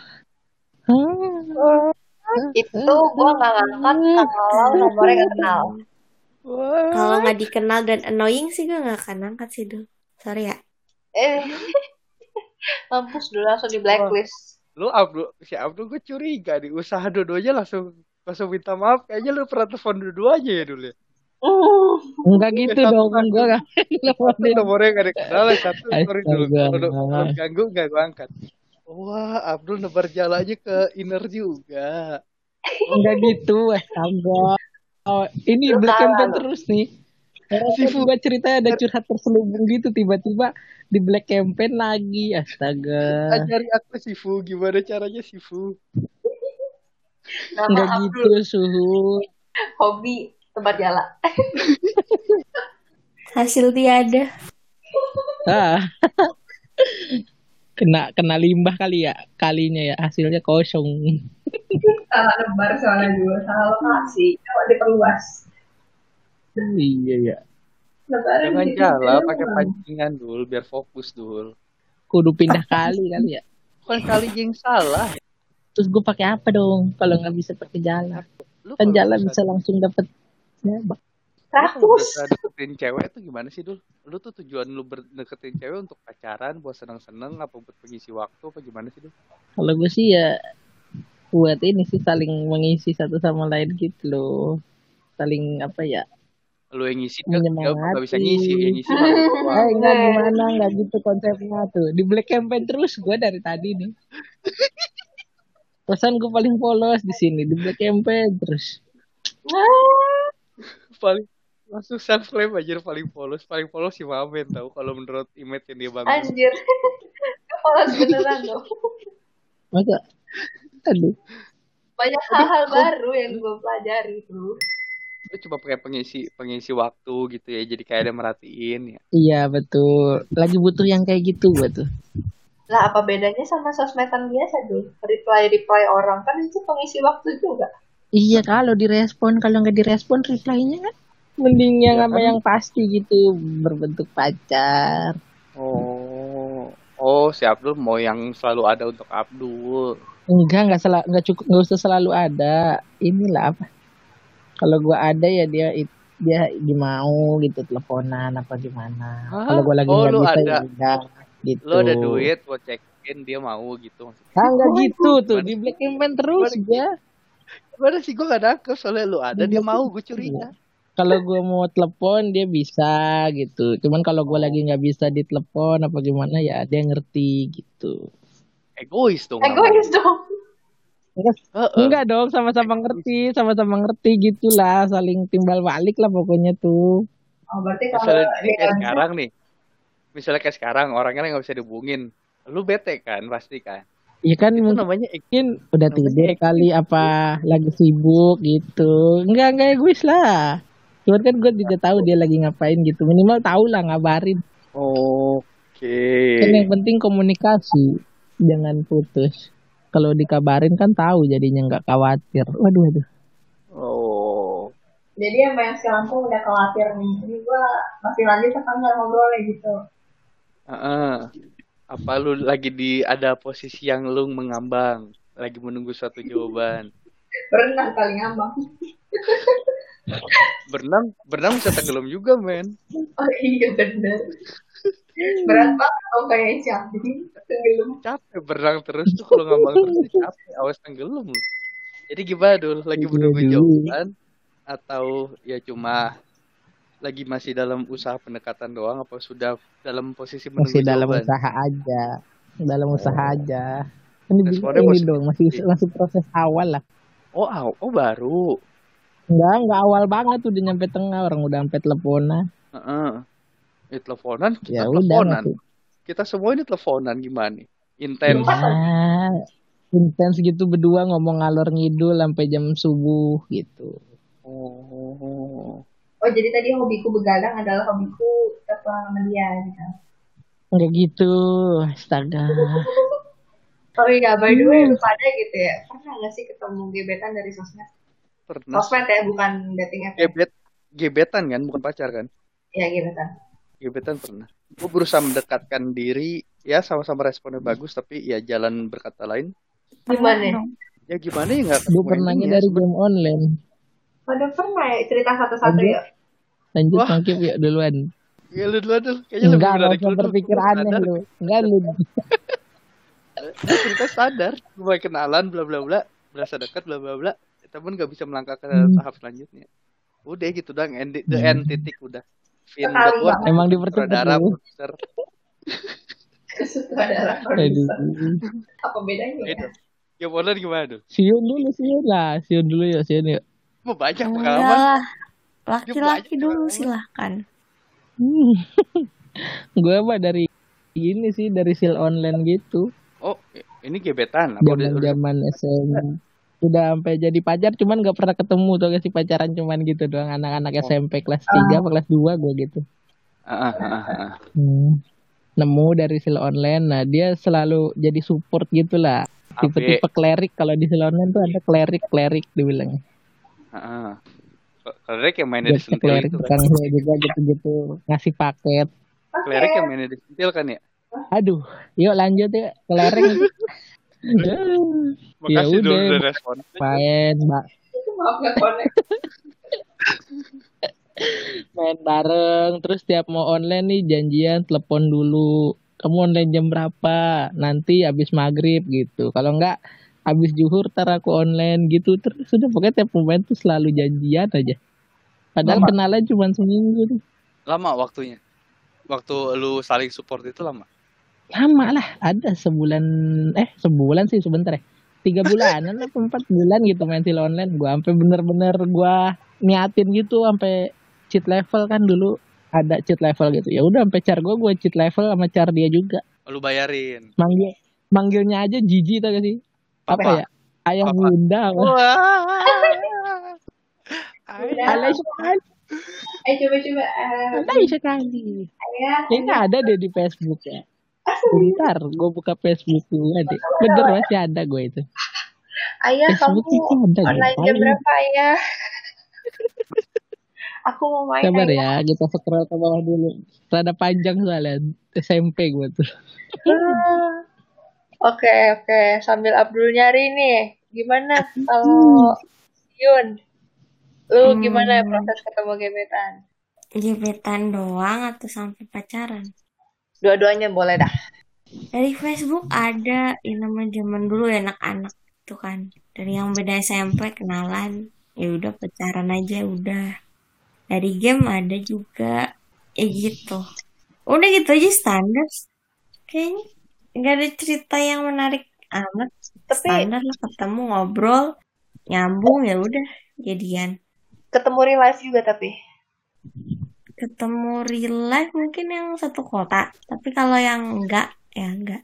Itu gue nggak ngangkat kalau nomornya nggak kenal. Kalau nggak dikenal dan annoying sih gue nggak akan angkat sih dulu. Sorry ya. Eh, mampus dulu langsung di blacklist. Lu Abdul, si Abdul gue curiga di usaha dua-duanya langsung langsung minta maaf. Kayaknya lu pernah telepon dua-duanya ya dulu ya. Enggak gitu Ya, dong, satu- gue gak Satu nomornya gak dikenal, yang satu sorry dulu. Astaga. Kalau kalau ganggu gak gue angkat. Wah, Abdul nebar jalannya ke inner juga. Enggak gitu, astaga. Oh, ini Lu Black kalah, Campaign lu. terus nih. Karena Si Fu. tiba ceritanya ada curhat terselubung gitu, tiba-tiba di Black Campaign lagi, astaga. Ajari aku si Fu, gimana caranya si Fu? Nama Enggak Abdul, gitu, suhu. hobi tempat jalan. Hasil tiada. Ah. kena kena limbah kali ya, kalinya ya hasilnya kosong. Salah nebar soalnya juga, salah lokasi. Coba diperluas. Iya ya. Lebaran Jangan di jalan situ pakai doang. pancingan dulu biar fokus dulu. Kudu pindah kali kali ya. Bukan kali yang salah. Terus gue pakai apa dong kalau nggak bisa pakai jalan? Lu Kan kalau jalan berusaha- bisa langsung dapet nembak. lu kalau Ratus. berusaha deketin cewek tuh gimana sih dul? Lu tuh tujuan lu ber- deketin cewek untuk pacaran, buat seneng-seneng, apa buat pengisi waktu, apa gimana sih dul? Kalau gue sih ya buat ini sih saling mengisi satu sama lain gitu loh. Saling apa ya? Lu yang ngisi dia dia Menyemangati. nggak bisa ngisi, yang ngisi mah lu doang. Eh enggak gimana enggak gitu konsepnya tuh. Di Black Campaign terus gue dari tadi nih. Pesan gue paling polos di sini di Black Campaign terus. Paling langsung self claim aja paling polos, paling polos si Mamen tahu kalau menurut image yang dia bangun. Anjir. Polos beneran dong. Masa aduh. Banyak hal-hal baru yang gue pelajari tuh. Lu cuma pakai pengisi pengisi waktu gitu ya, jadi kayak ada merhatiin ya. Iya betul. Lagi butuh yang kayak gitu gue tuh. Lah apa bedanya sama sosmedan biasa tuh? Reply-reply orang kan itu pengisi waktu juga. Iya kalau direspon, kalau nggak direspon reply-nya kan mending yang Ya apa kan? yang pasti gitu berbentuk pacar. Oh, oh si Abdul mau yang selalu ada untuk Abdul. Enggak, enggak selalu enggak cukup enggak usah selalu ada. Inilah apa? Kalau gua ada ya dia it- dia dimau gitu teleponan apa gimana. Hah? Kalau gua lagi Oh, nggak lu bisa ada. ya udah gitu. Lu ada duit buat cekin dia mau gitu maksudnya. Ah, enggak gitu tuh Gimana? di Black Campaign terus Gimana? gua. Gimana sih gue gak nangkep soalnya lu ada dia mau, gue curiga. Kalau gua mau telepon dia bisa gitu. Cuman kalau gua lagi nggak bisa ditelepon apa gimana ya dia ngerti gitu. Egois dong. Egois dong. Enggak, Heeh. enggak dong, sama-sama ngerti, sama-sama ngerti gitulah, saling timbal balik lah pokoknya tuh. Oh berarti kalau Misalnya ini dia kayak bisa, sekarang nih. Misalnya kayak sekarang orangnya nggak bisa dihubungin. Lu bete kan pasti kan. Iya kan Itu mungkin namanya egois. mungkin udah Namanya tidur egois. kali apa lagi sibuk gitu. Enggak, enggak egois lah. Cuman kan gue juga tahu dia lagi ngapain gitu. Minimal tahu lah ngabarin. Oke. Kan yang penting komunikasi, jangan putus. Kalau dikabarin kan tahu jadinya nggak khawatir. Waduh, waduh. Oh. jadi sama yang si Lampung udah khawatir nih. Ini gue masih lanjut apa enggak ngobrolnya gitu. Heeh. Apa lu lagi di ada posisi yang lu mengambang, lagi menunggu suatu jawaban. Berenang kali ngambang. Berenang, berenang bisa tenggelam juga, men. Oh iya bener. Berat banget dong kayak si Abdi. Tenggelam. Capek berenang terus tuh kalau ngambang terus tuh capek, awas tenggelam. Jadi gimana dul? Lagi menunggu Aduh. jawaban atau ya cuma lagi masih dalam usaha pendekatan doang apa sudah dalam posisi menunggu Masih dalam jawaban? usaha aja. Dalam usaha aja. Ini, Responnya ini positif. dong, masih masih proses awal lah. Oh, aw- oh baru. Enggak, enggak awal banget udah nyampe tengah, orang udah sampai teleponan. Heeh. Eh, teleponan, kita Ya udah teleponan. masih. Kita semua ini teleponan gimana nih? Intens. Ya, intens gitu berdua ngomong ngalor ngidul sampai jam subuh gitu. Oh. Oh jadi tadi hobiku begadang adalah hobiku telepon sama dia gitu. Enggak gitu, astaga. Oh iya, by the way, Hmm. lu pada gitu ya, pernah nggak sih ketemu gebetan dari sosmed? Pernah sih. Sosmed ya, bukan dating app ya? Gebet, gebetan kan, bukan pacar kan? Ya gebetan. Gebetan pernah. Gue berusaha mendekatkan diri, ya sama-sama responnya bagus, tapi ya jalan berkata lain. Gimana? dong. Ya gimana ya nggak Gue ketemu pernahnya endingnya dari sebenarnya. game online. Pada pernah ya cerita satu-satu Lanjut, ya? lanjut Wah, Mangkip yuk duluan. ya lu dulu dulu. Kayaknya lebih Enggak, nggak menarik usah lu dulu. berpikir Gue aneh sadar. lu. Enggak lu. Gue cerita sadar. Gue kenalan, bla bla bla, berasa dekat, bla bla bla. Tapi nggak bisa melangkah ke Hmm. tahap selanjutnya. Udah gitu dong, end, the end Hmm. titik udah. Fin Sekali buat banget. Emang dipercepat sutradara, lu. produser. Sutradara produser. Aduh. Apa bedanya ya? Itu. Ya online gimana tuh? Siun dulu, Siun lah. Siun dulu ya, Siun yuk. Mau banyak Enggak pengalaman. lah. Dia banyak Laki-laki dulu pengalaman. silahkan. Hmm. Gue mah dari ini sih, dari sil online gitu. Oh, ini gebetan apa udah udah Zaman-zaman S M P. Udah sampai jadi pacar, cuman gak pernah ketemu tuh sih, pacaran cuman gitu doang. Anak-anak Oh. S M P kelas tiga apa kelas dua gue gitu. Ah, ah, ah, ah. Hmm. Nemu dari sil online. Nah, dia selalu jadi support gitu lah. A B. Tipe-tipe klerik. Kalau di sil online tuh ada klerik-klerik dibilangnya. Ah, ah. Klerik yang mainnya di Jobnya sentil klerik itu kan. tukang gue juga gitu-gitu. Ngasih paket. Klerik yang mainnya di sentil kan ya. Aduh, yuk lanjut ya. Kelereng. Ya Makasih dulu udah, udah respon. main, mbak. Maaf nggak connect. Main bareng, terus tiap mau online nih janjian telepon dulu. Kamu online jam berapa? Nanti habis maghrib gitu. Kalau enggak habis zuhur tar aku online gitu. Terus sudah pokoknya tiap pemain tuh selalu janjian aja. Padahal Lama. kenalan cuma seminggu tuh. Lama waktunya. Waktu lu saling support itu lama. Lama lah, ada sebulan eh sebulan sih sebentar ya. Tiga bulanan apa empat bulan gitu main sil online. Gua sampai bener-bener gua niatin gitu sampai cheat level kan dulu ada cheat level gitu. Ya udah sampai char gua gua cheat level sama char dia juga. Lu bayarin. Manggil manggilnya aja Jiji tau gak sih? Apa Apa? ya? Ayah Apa? bunda apa? Wah. Alay sekali, Eh coba-coba. Eh, alay sekali. ayah, Kayaknya ada deh di Facebook ya. Bentar, gue buka Facebook dulu deh. Bener masih ada gue itu. ayah kamu Facebook itu ada ya. online jam berapa ayah? Aku mau main. Sabar ayah. ya, kita scroll ke bawah dulu. Rada panjang soalnya S M P gue tuh. Ah. Oke oke, sambil Abdul nyari nih, gimana kalau Yun? Lu gimana Hmm. proses ketemu gebetan? Gebetan doang atau sampai pacaran? Dua-duanya boleh dah. Dari Facebook ada yang namanya zaman dulu ya anak-anak itu kan. Dari yang beda S M P kenalan, ya udah pacaran aja udah. Dari game ada juga, ya gitu. Udah gitu aja standar. Kayaknya nggak ada cerita yang menarik amat. Tapi Standar lah ketemu ngobrol, nyambung ya udah jadian. ketemu real life juga tapi. Ketemu real life mungkin yang satu kota, tapi kalau yang enggak ya enggak.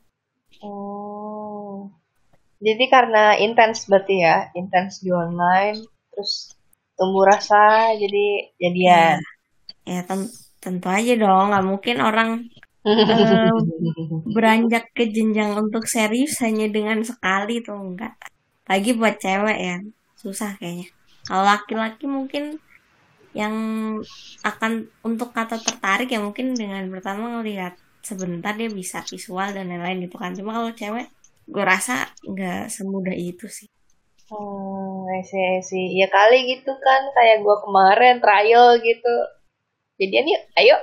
Oh. Jadi karena intens berarti ya, intens di online, terus tumbuh rasa, jadi jadian. Ya ten- tentu aja dong, nggak mungkin orang eh, beranjak ke jenjang untuk serius hanya dengan sekali tuh enggak. Lagi buat cewek ya, susah kayaknya. Kalau laki-laki mungkin yang akan untuk kata tertarik ya mungkin dengan pertama ngelihat sebentar dia bisa visual dan lain-lain gitu kan. Cuma kalau cewek, gue rasa nggak semudah itu sih. Hmm, I see, I see. Ya kali gitu kan, kayak gua kemarin trial gitu. Jadian yuk, ayo.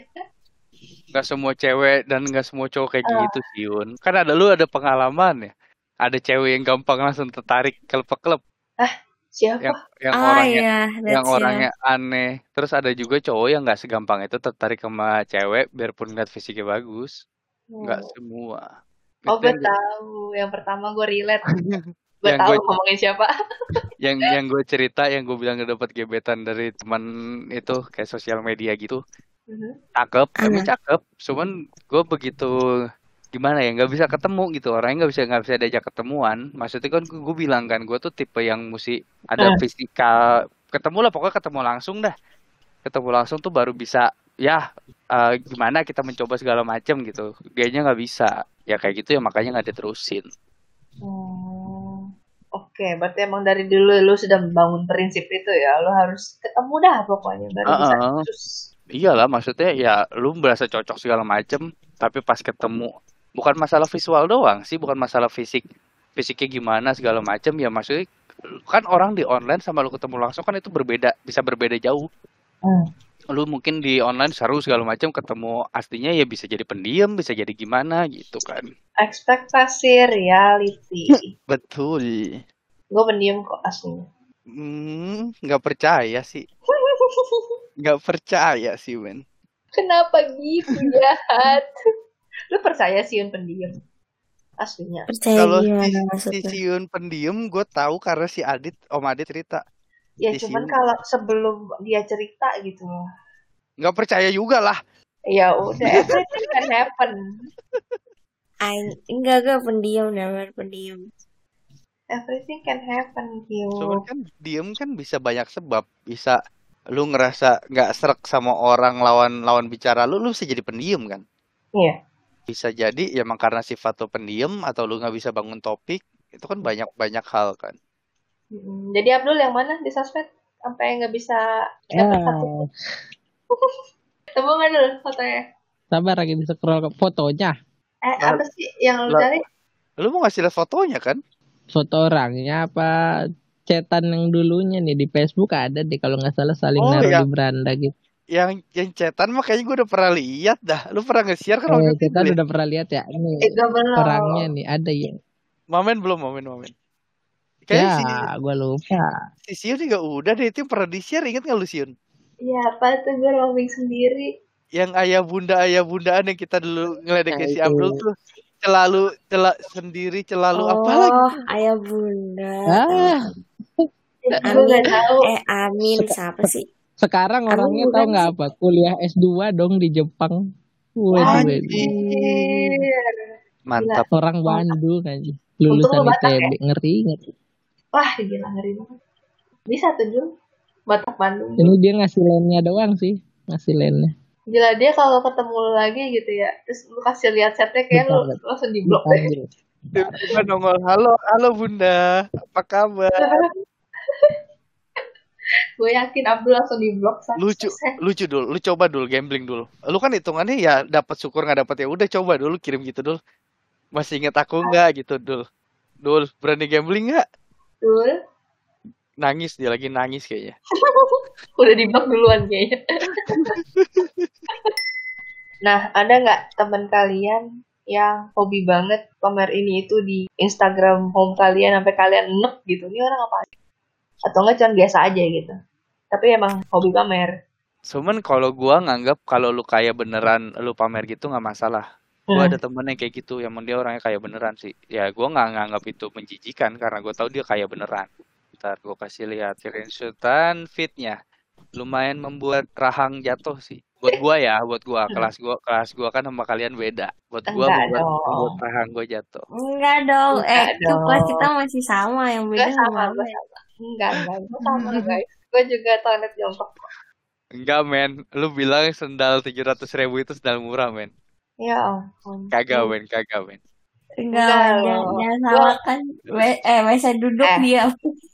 Gak semua cewek dan gak semua cowok kayak gitu sih Yun. Kan ada lu ada pengalaman ya. Ada cewek yang gampang langsung tertarik klep-klep. Siapa? Yang yang Ah orangnya ya, yang that's orangnya aneh. Terus ada juga cowok yang nggak segampang itu tertarik sama cewek biarpun ngeliat fisiknya bagus. Nggak Hmm. semua. Oh, Itu gue yang gue, tahu. Yang pertama gue relate. Gue yang tahu gue ngomongin siapa. yang yang gue cerita yang gue bilang dapat gebetan dari teman itu kayak sosial media gitu. Mhm. Cakep, emang Ah, cakep. Cuman gue begitu gimana ya nggak bisa ketemu gitu orangnya nggak bisa nggak bisa diajak ketemuan. Maksudnya kan gue bilang kan gue tuh tipe yang mesti ada Hmm. fisikal ketemu lah pokoknya ketemu langsung dah. Ketemu langsung tuh baru bisa ya eh, gimana kita mencoba segala macam gitu. Dianya nggak bisa ya kayak gitu ya makanya nggak diterusin. Oke, berarti emang dari dulu lu sudah membangun prinsip itu ya. Lu harus ketemu dah pokoknya baru bisa Heeh. khusus. Iyalah, maksudnya ya lu merasa cocok segala macem, tapi pas ketemu bukan masalah visual doang sih, bukan masalah fisik, fisiknya gimana segala macem ya, maksudnya kan orang di online sama lu ketemu langsung kan itu berbeda, bisa berbeda jauh. Hmm. Lu mungkin di online seru segala macam, ketemu aslinya ya bisa jadi pendiam, bisa jadi gimana gitu kan. Ekspektasi reality. Betul. Gue pendiam kok aslinya. Hmm, nggak percaya sih, nggak percaya sih, men. Kenapa gitu jahat? Lu percaya Siun pendiam? Aslinya. Percaya Kalau si, gimana si maksudnya? Siun pendiam, gue tahu karena si Adit, Om Adit cerita. Ya Si cuman Siun kalau sebelum dia cerita gitu loh. nggak percaya juga lah. Ya udah, everything can happen. Ay, enggak enggak pendiam namanya pendiam. Everything can happen, Cuman Kyo. kan diem kan bisa banyak sebab, bisa lu ngerasa nggak serak sama orang lawan lawan bicara lu, lu bisa jadi pendiam kan. Iya. Bisa jadi ya emang karena sifat lu pendiam atau lu nggak bisa bangun topik, itu kan banyak banyak hal kan. Mm, Jadi Abdul yang mana di sosmed? Sampai nggak bisa dapat satu. Ah, Temu nggak dulu fotonya? sabar lagi di scroll ke fotonya. Eh, Lah, apa sih yang lu lah, cari? lu mau ngasih lihat fotonya kan? Foto orangnya apa cetan yang dulunya nih di Facebook ada deh kalau nggak salah saling Oh, naruh yang di beranda gitu. yang yang cetan mah kayaknya gue udah pernah lihat dah. Lu pernah nge-share kan waktu Eh, itu cetan ya? udah pernah lihat ya? Eh, Ini gak belum. orangnya nih ada yang. Momen belum, momen momen. Kayaknya si Ya, gue lupa. si Siun juga udah deh, itu pernah di-share, inget nggak lu Siun? Iya, apa tuh gue roaming sendiri. Yang ayah bunda ayah bundaan yang kita dulu Nah, ngeledekin si itu. Abdul tuh selalu celak sendiri, selalu apa lagi? Oh, ayah bunda. Ah, Gue Amin. nggak tahu. Eh, Amin sek- siapa sih? sekarang Amin orangnya tahu bukan nggak sih? apa? Kuliah S dua dong di Jepang. Wes, wes. Anjing, Anjir. Gila. mantap. Orang Oh, Bandung aja. untung Lulusan lu Batak ya? I T B. Ngeri, ngeri. Wah, gila ngeri banget. Bisa tuh Jul. Batak Bandung. Ini dia ngasih lane-nya doang sih. Ngasih lane-nya. Gila dia kalau ketemu lu lagi gitu ya. Terus lu kasih lihat setnya kayak lu Bentar, langsung di blok deh. dipanggil. Tiba-tiba nongol, halo, halo bunda, apa kabar? Gue yakin Abdul langsung di blok Lucu, sukses. lucu dulu, lu coba dulu gambling dulu. Lu kan hitungannya ya dapat syukur nggak dapat ya udah, coba dulu kirim gitu dulu. Masih inget aku nggak gitu dul? Dul, berani gambling nggak? Betul. Nangis, dia lagi nangis kayaknya. Udah di blok duluan kayaknya. Nah, ada nggak teman kalian yang hobi banget pamer ini itu di Instagram home kalian sampai kalian enek gitu? Ini orang apa? Atau nggak cuma biasa aja gitu? Tapi emang hobi pamer. Cuman kalau gua nganggap kalau lu kaya beneran, lu pamer gitu nggak masalah. Gua Hmm. ada temen yang kayak gitu, yang dia orangnya kaya beneran sih. Ya gua nggak nganggap itu menjijikan karena gua tahu dia kaya beneran. Ntar gua kasih lihat screenshotan feednya. Lumayan membuat rahang jatuh sih. Buat gua ya, buat gua kelas gua kelas gua kan sama kalian beda. Buat gua Enggak membuat membuat dong. rahang gua jatuh. Enggak dong. Eh, Enggak itu kelas kita dong. masih sama. Yang Enggak beda sama, sama gue Amet. sama. Enggak, enggak. Gue sama guys. Gue juga toilet jongkok. Enggak men, lu bilang sendal tujuh ratus ribu itu sendal murah men. Ya ampun. Kagak men, kagak men. Enggak, Enggak jangan, loh. jangan Gue samakan. We- Eh, masa duduk eh, dia.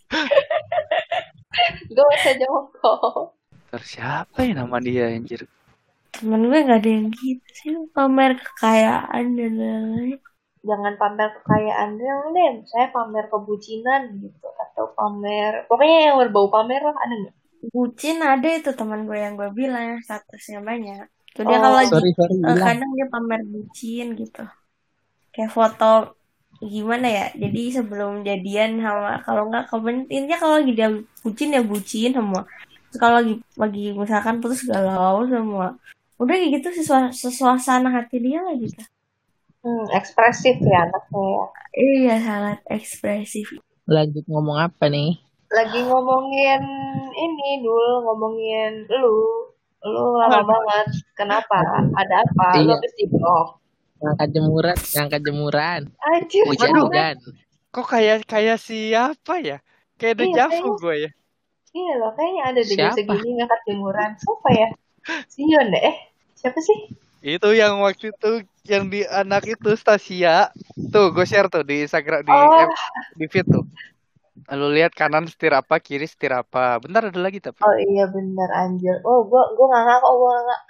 gue bisa jongkok. Terus siapa ya nama dia anjir? Temen gue gak ada yang gitu sih. Pamer kekayaan dan lain-lain. Jangan pamer kekayaan yang deh. Saya pamer kebucinan gitu atau pamer pokoknya yang berbau pamer lah ada nggak? Bucin ada itu teman gue yang gue bilang statusnya banyak. Tuh dia Oh, kalau lagi Sorry, sorry, eh, hilang. kadang dia pamer bucin gitu. Kayak foto gimana ya? Jadi sebelum jadian sama kalau nggak komen intinya kalau lagi dia bucin ya bucin semua. Terus kalau lagi lagi misalkan putus galau semua. Udah kayak gitu sesua- sesuasana hati dia lah gitu. hmm, ekspresif ya anaknya ya. Iya sangat ekspresif. Lanjut ngomong apa nih? Lagi ngomongin ini dulu ngomongin lu. Lu lama banget. Kenapa? Ada apa? Lu Iya, habis di blok. ngangkat jemuran, ngangkat jemuran. Anjir, Waduh, Hujan-hujan. kok kayak kayak siapa ya? Kayak Iya, dejavu kayaknya gue ya. iya loh, kayaknya ada deh jam Siapa? segini ngangkat jemuran. Siapa ya? Sion deh. Eh, siapa sih? Itu yang waktu itu yang di anak itu Stasia. Tuh, gue share tuh di Instagram di Oh, eh, di feed tuh. Lu lihat kanan setir apa, kiri setir apa. Bentar ada lagi tapi. Oh iya bener anjir. Oh gua gua nggak nggak kok gua nggak.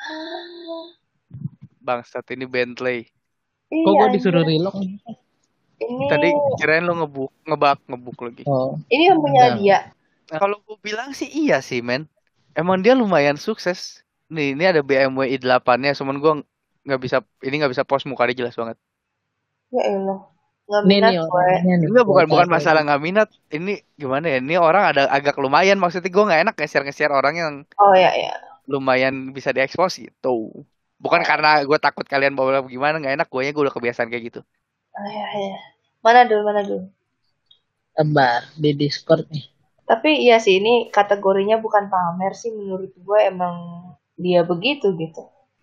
Bangsat ini Bentley. Kok Iya gue anjir. disuruh relock? Ini Tadi kirain lu ngebuk, ngebak, ngebuk lagi. Oh, ini yang punya enggak. dia. Nah, kalau gue bilang sih iya sih, men. Emang dia lumayan sukses. Nih, ini ada B M W i delapan-nya, cuman gue nggak bisa, ini nggak bisa post muka dia jelas banget. Ya elah. Nggak Nih minat nih gue. orangnya nih. Enggak, bukan Gua bukan taruh masalah di- nggak minat. Ini gimana ya? Ini orang ada agak lumayan. Maksudnya gue nggak enak nge-share-nge-share orang yang Oh ya ya. lumayan bisa diekspos gitu. Bukan karena gue takut kalian bawa gimana, nggak enak. Gue gue udah kebiasaan kayak gitu. Oh ya ya. Mana dulu mana dulu. Tebar di Discord nih. Tapi iya sih ini kategorinya bukan pamer sih menurut gue emang dia begitu gitu.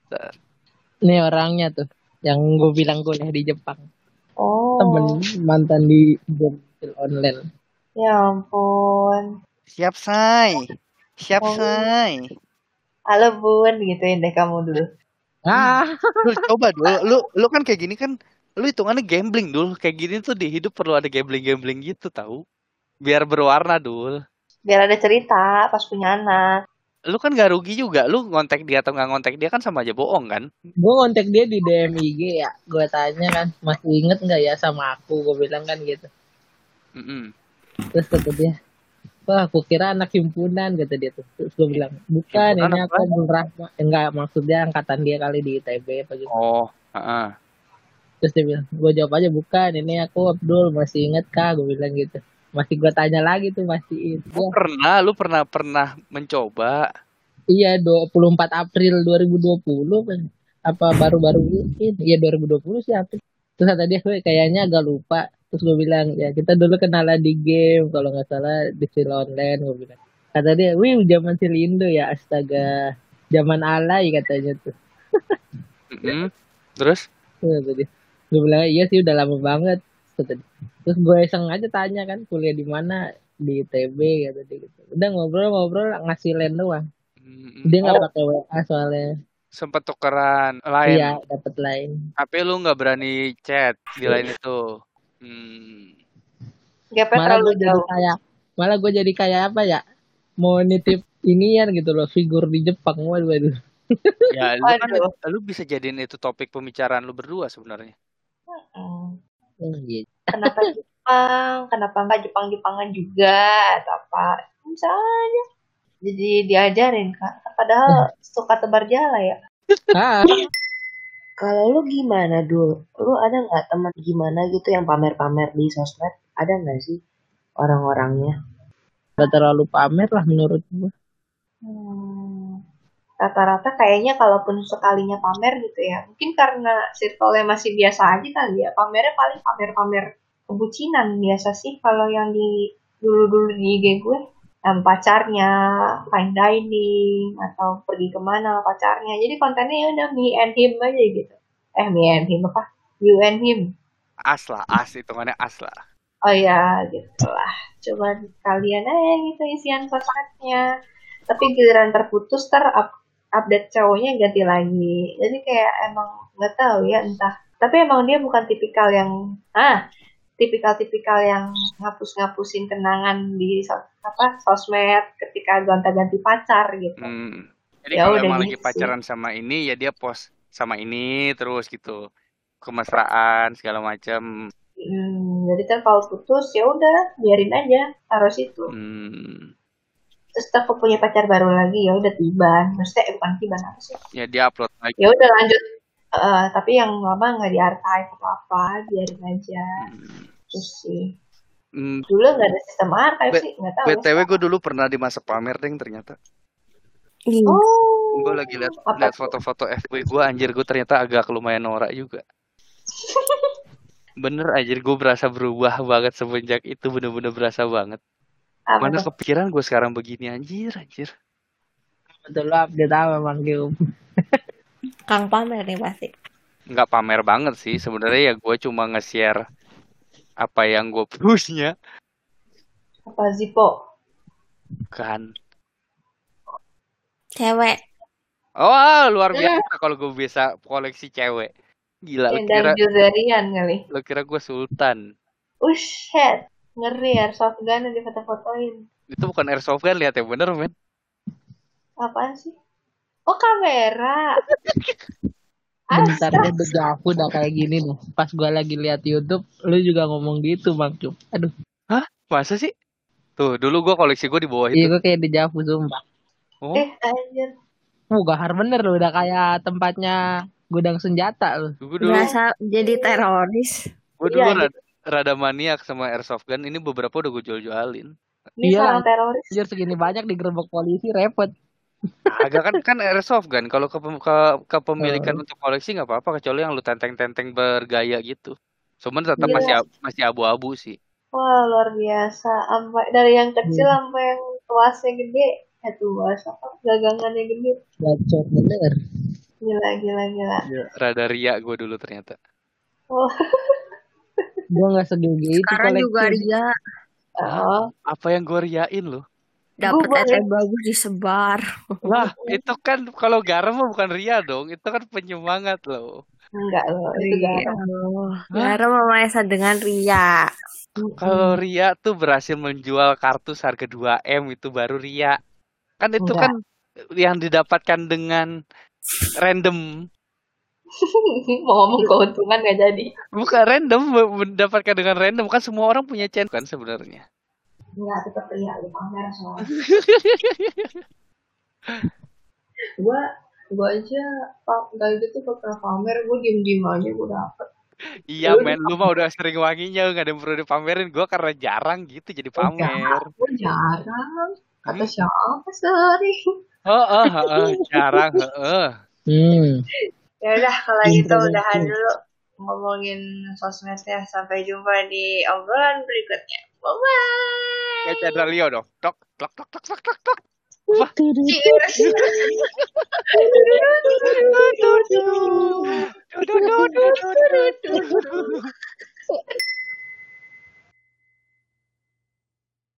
Nih orangnya tuh yang gue bilang kuliah di Jepang. Oh. Temen mantan di game online. Ya ampun. Siap, say. Siap, Oh. say. Halo Bun, gituin deh kamu dulu. Ah, Lu coba dulu. Lu lu kan kayak gini kan, lu hitungannya gambling dulu. Kayak gini tuh di hidup perlu ada gambling-gambling gitu tahu. Biar berwarna dul. Biar ada cerita pas punya anak. Lu kan gak rugi juga. Lu ngontek dia atau nggak ngontek dia kan sama aja bohong kan. gue ngontek dia di D M I G ya. Gue tanya kan, masih inget nggak ya sama aku? Gue bilang kan gitu. Mm-mm. Terus kata dia, wah aku kira anak himpunan kata dia tuh. Terus gue bilang, bukan Himpunan ini apa? aku Abdul Rahman. Enggak, maksudnya angkatan dia kali di I T B apa gitu. Oh, heeh. Terus dia bilang, gue jawab aja bukan, ini aku Abdul, masih inget kah? Gue bilang gitu. Masih gue tanya lagi tuh, masih itu. Oh, pernah, lu pernah pernah mencoba. Iya, dua puluh empat April dua ribu dua puluh kan. Apa baru-baru ini? Iya dua ribu dua puluh sih April. Terus kata dia, gue kayaknya agak lupa. Terus gue bilang, ya kita dulu kenalan di game, kalau nggak salah di Sil Online, gue bilang. Kata dia, wih zaman Silindo ya, astaga. Zaman alay katanya tuh. Mm-mm. Terus? Tuh, kata dia. Gue bilang, iya sih udah lama banget. Kata dia. Terus gue iseng aja tanya kan, kuliah di mana? Di I T B kata dia gitu. Udah ngobrol-ngobrol ngasih land doang. Mm-mm. Dia nggak Oh, pakai W A soalnya. sempet tukeran lain. Iya, dapat lain. Tapi lu nggak berani chat di lain itu. Hmm. Gapnya Malah terlalu gue jadi jauh. kayak, malah gue jadi kayak apa ya? Mau nitip inian gitu loh, figur di Jepang. Waduh, waduh. Ya, lu kan Waduh. lu bisa jadiin itu topik pembicaraan lu berdua sebenarnya. Hmm. Oh, iya. Kenapa Jepang? Kenapa nggak Jepang-Jepangan juga atau apa? Bisa aja. Jadi diajarin kak. Padahal suka tebar jala ya. Ah, Kalau lu gimana dul? Lu ada nggak teman gimana gitu yang pamer-pamer di sosmed? Ada nggak sih orang-orangnya? gak terlalu pamer lah menurut gue. Hmm. Rata-rata kayaknya kalaupun sekalinya pamer gitu ya. Mungkin karena circle-nya masih biasa aja kali ya. Pamernya paling pamer-pamer kebucinan biasa sih. Kalau yang di dulu-dulu di I G gue. Yang pacarnya, fine dining, atau pergi kemana pacarnya. Jadi kontennya ya udah me and him aja gitu. Eh, me and him apa? You and him. As lah, as hitungannya as lah. Oh ya, gitu lah. Coba kalian aja gitu isian sosmednya. Tapi giliran terputus ter up- update cowoknya ganti lagi. Jadi kayak emang nggak tahu ya entah. Tapi emang dia bukan tipikal yang ah tipikal-tipikal yang ngapus-ngapusin kenangan di so- apa sosmed ketika gonta-ganti pacar gitu. Hmm. Jadi Ya kalau udah emang gitu lagi sih. pacaran sama ini ya dia post sama ini terus gitu. Kemesraan segala macam. Hmm, jadi kan kalau putus ya udah biarin aja taruh situ. Hmm. Terus aku punya pacar baru lagi ya udah tiban. Maksudnya eh, bukan tiban apa sih? Ya dia upload lagi. Ya udah lanjut. Eh, tapi yang lama nggak di archive atau apa, biarin aja. Hmm. Terus sih. Hmm. Dulu nggak ada sistem archive B- sih, nggak tahu. B T W gue dulu pernah di masa pamer deng ternyata. Ih, Oh. Gue lagi liat Apa liat tuh? foto-foto F B gue, anjir gue ternyata agak lumayan norak juga. Bener anjir, gue berasa berubah banget semenjak itu, bener-bener berasa banget. Apa Mana tuh? kepikiran gue sekarang begini, anjir anjir. Betul lo update apa manggil? Kang pamer nih pasti. Nggak pamer banget sih sebenarnya, ya gue cuma nge-share apa yang gue punya Apa Zippo? kan. Cewek. Oh luar Hmm, biasa kalau gue bisa koleksi cewek. Gila, lu Endang kira Juzerian kali. lu kira gue sultan. Ushet. Ngeri airsoft gun yang difoto-fotoin. Itu bukan airsoft gun, lihat yang bener men. Apaan sih? Oh, kamera. Bentar Astaga. deh, dejavu udah kayak gini nih. Pas gua lagi lihat YouTube, lu juga ngomong gitu Bang Cup. Aduh, Hah? Masa sih? Tuh, dulu gua koleksi gua di bawah iya itu. gua kayak dejavu sumpah. Oh, Eh, anjir. Oh, gahar bener lu, udah kayak tempatnya gudang senjata lu. gua dulu, Berasa jadi teroris. gua dulu Iya, rada, rada maniak sama airsoft gun. Ini beberapa udah gua jual-jualin. Ini Iya lah, sarang teroris. anjir segini banyak digerebek polisi repot. Agak kan kan airsoft gun. Kalau ke, ke kepemilikan untuk koleksi nggak apa-apa, kecuali yang lu tenteng-tenteng bergaya gitu. Cuman tetap Gila. masih ab- masih abu-abu sih. Wah, luar biasa. Sampai dari yang kecil Hmm. sampai yang tuasnya gede. Eh, tuas apa? Dagangannya gede. Bacot bener. Gila, gila, gila. Ya, rada ria gue dulu ternyata. Oh, Gua nggak segede itu Sekarang juga koleksi. Ria oh. Apa yang gue riain loh? dapat Gue E T boleh. bagus disebar. Lah, itu kan kalau garam mah bukan ria dong. Itu kan penyemangat loh. Enggak loh, itu Ria. garam. Garam Mama Esa dengan Ria. Kalau ria tuh berhasil menjual kartus harga dua M, itu baru ria. Kan itu Enggak. kan yang didapatkan dengan random. Mau ngomong keuntungan gak jadi. Bukan random, mendapatkan dengan random. Kan semua orang punya chance kan sebenarnya. Enggak, tetap ria. Lu pamer soalnya. Gue gue aja pak gak gitu pernah pamer. Gue diem-diem aja gue dapet. Iya men, lu mah udah sering wanginya, gak ada yang perlu dipamerin. Gue karena jarang gitu jadi pamer. Gue jarang. Kata siapa sering. Oh, oh, oh, oh, jarang, oh. Hmm. Ya udah, kalau gitu Introversi. udahan dulu ngomongin sosmednya. Sampai jumpa di obrolan berikutnya. Bye bye. Kayak Chandra Leo dong. Tok, tok, tok, tok, tok, tok, tok. Wah. Cheers. Du, du, du, du, du, du, du, du, du, du, du.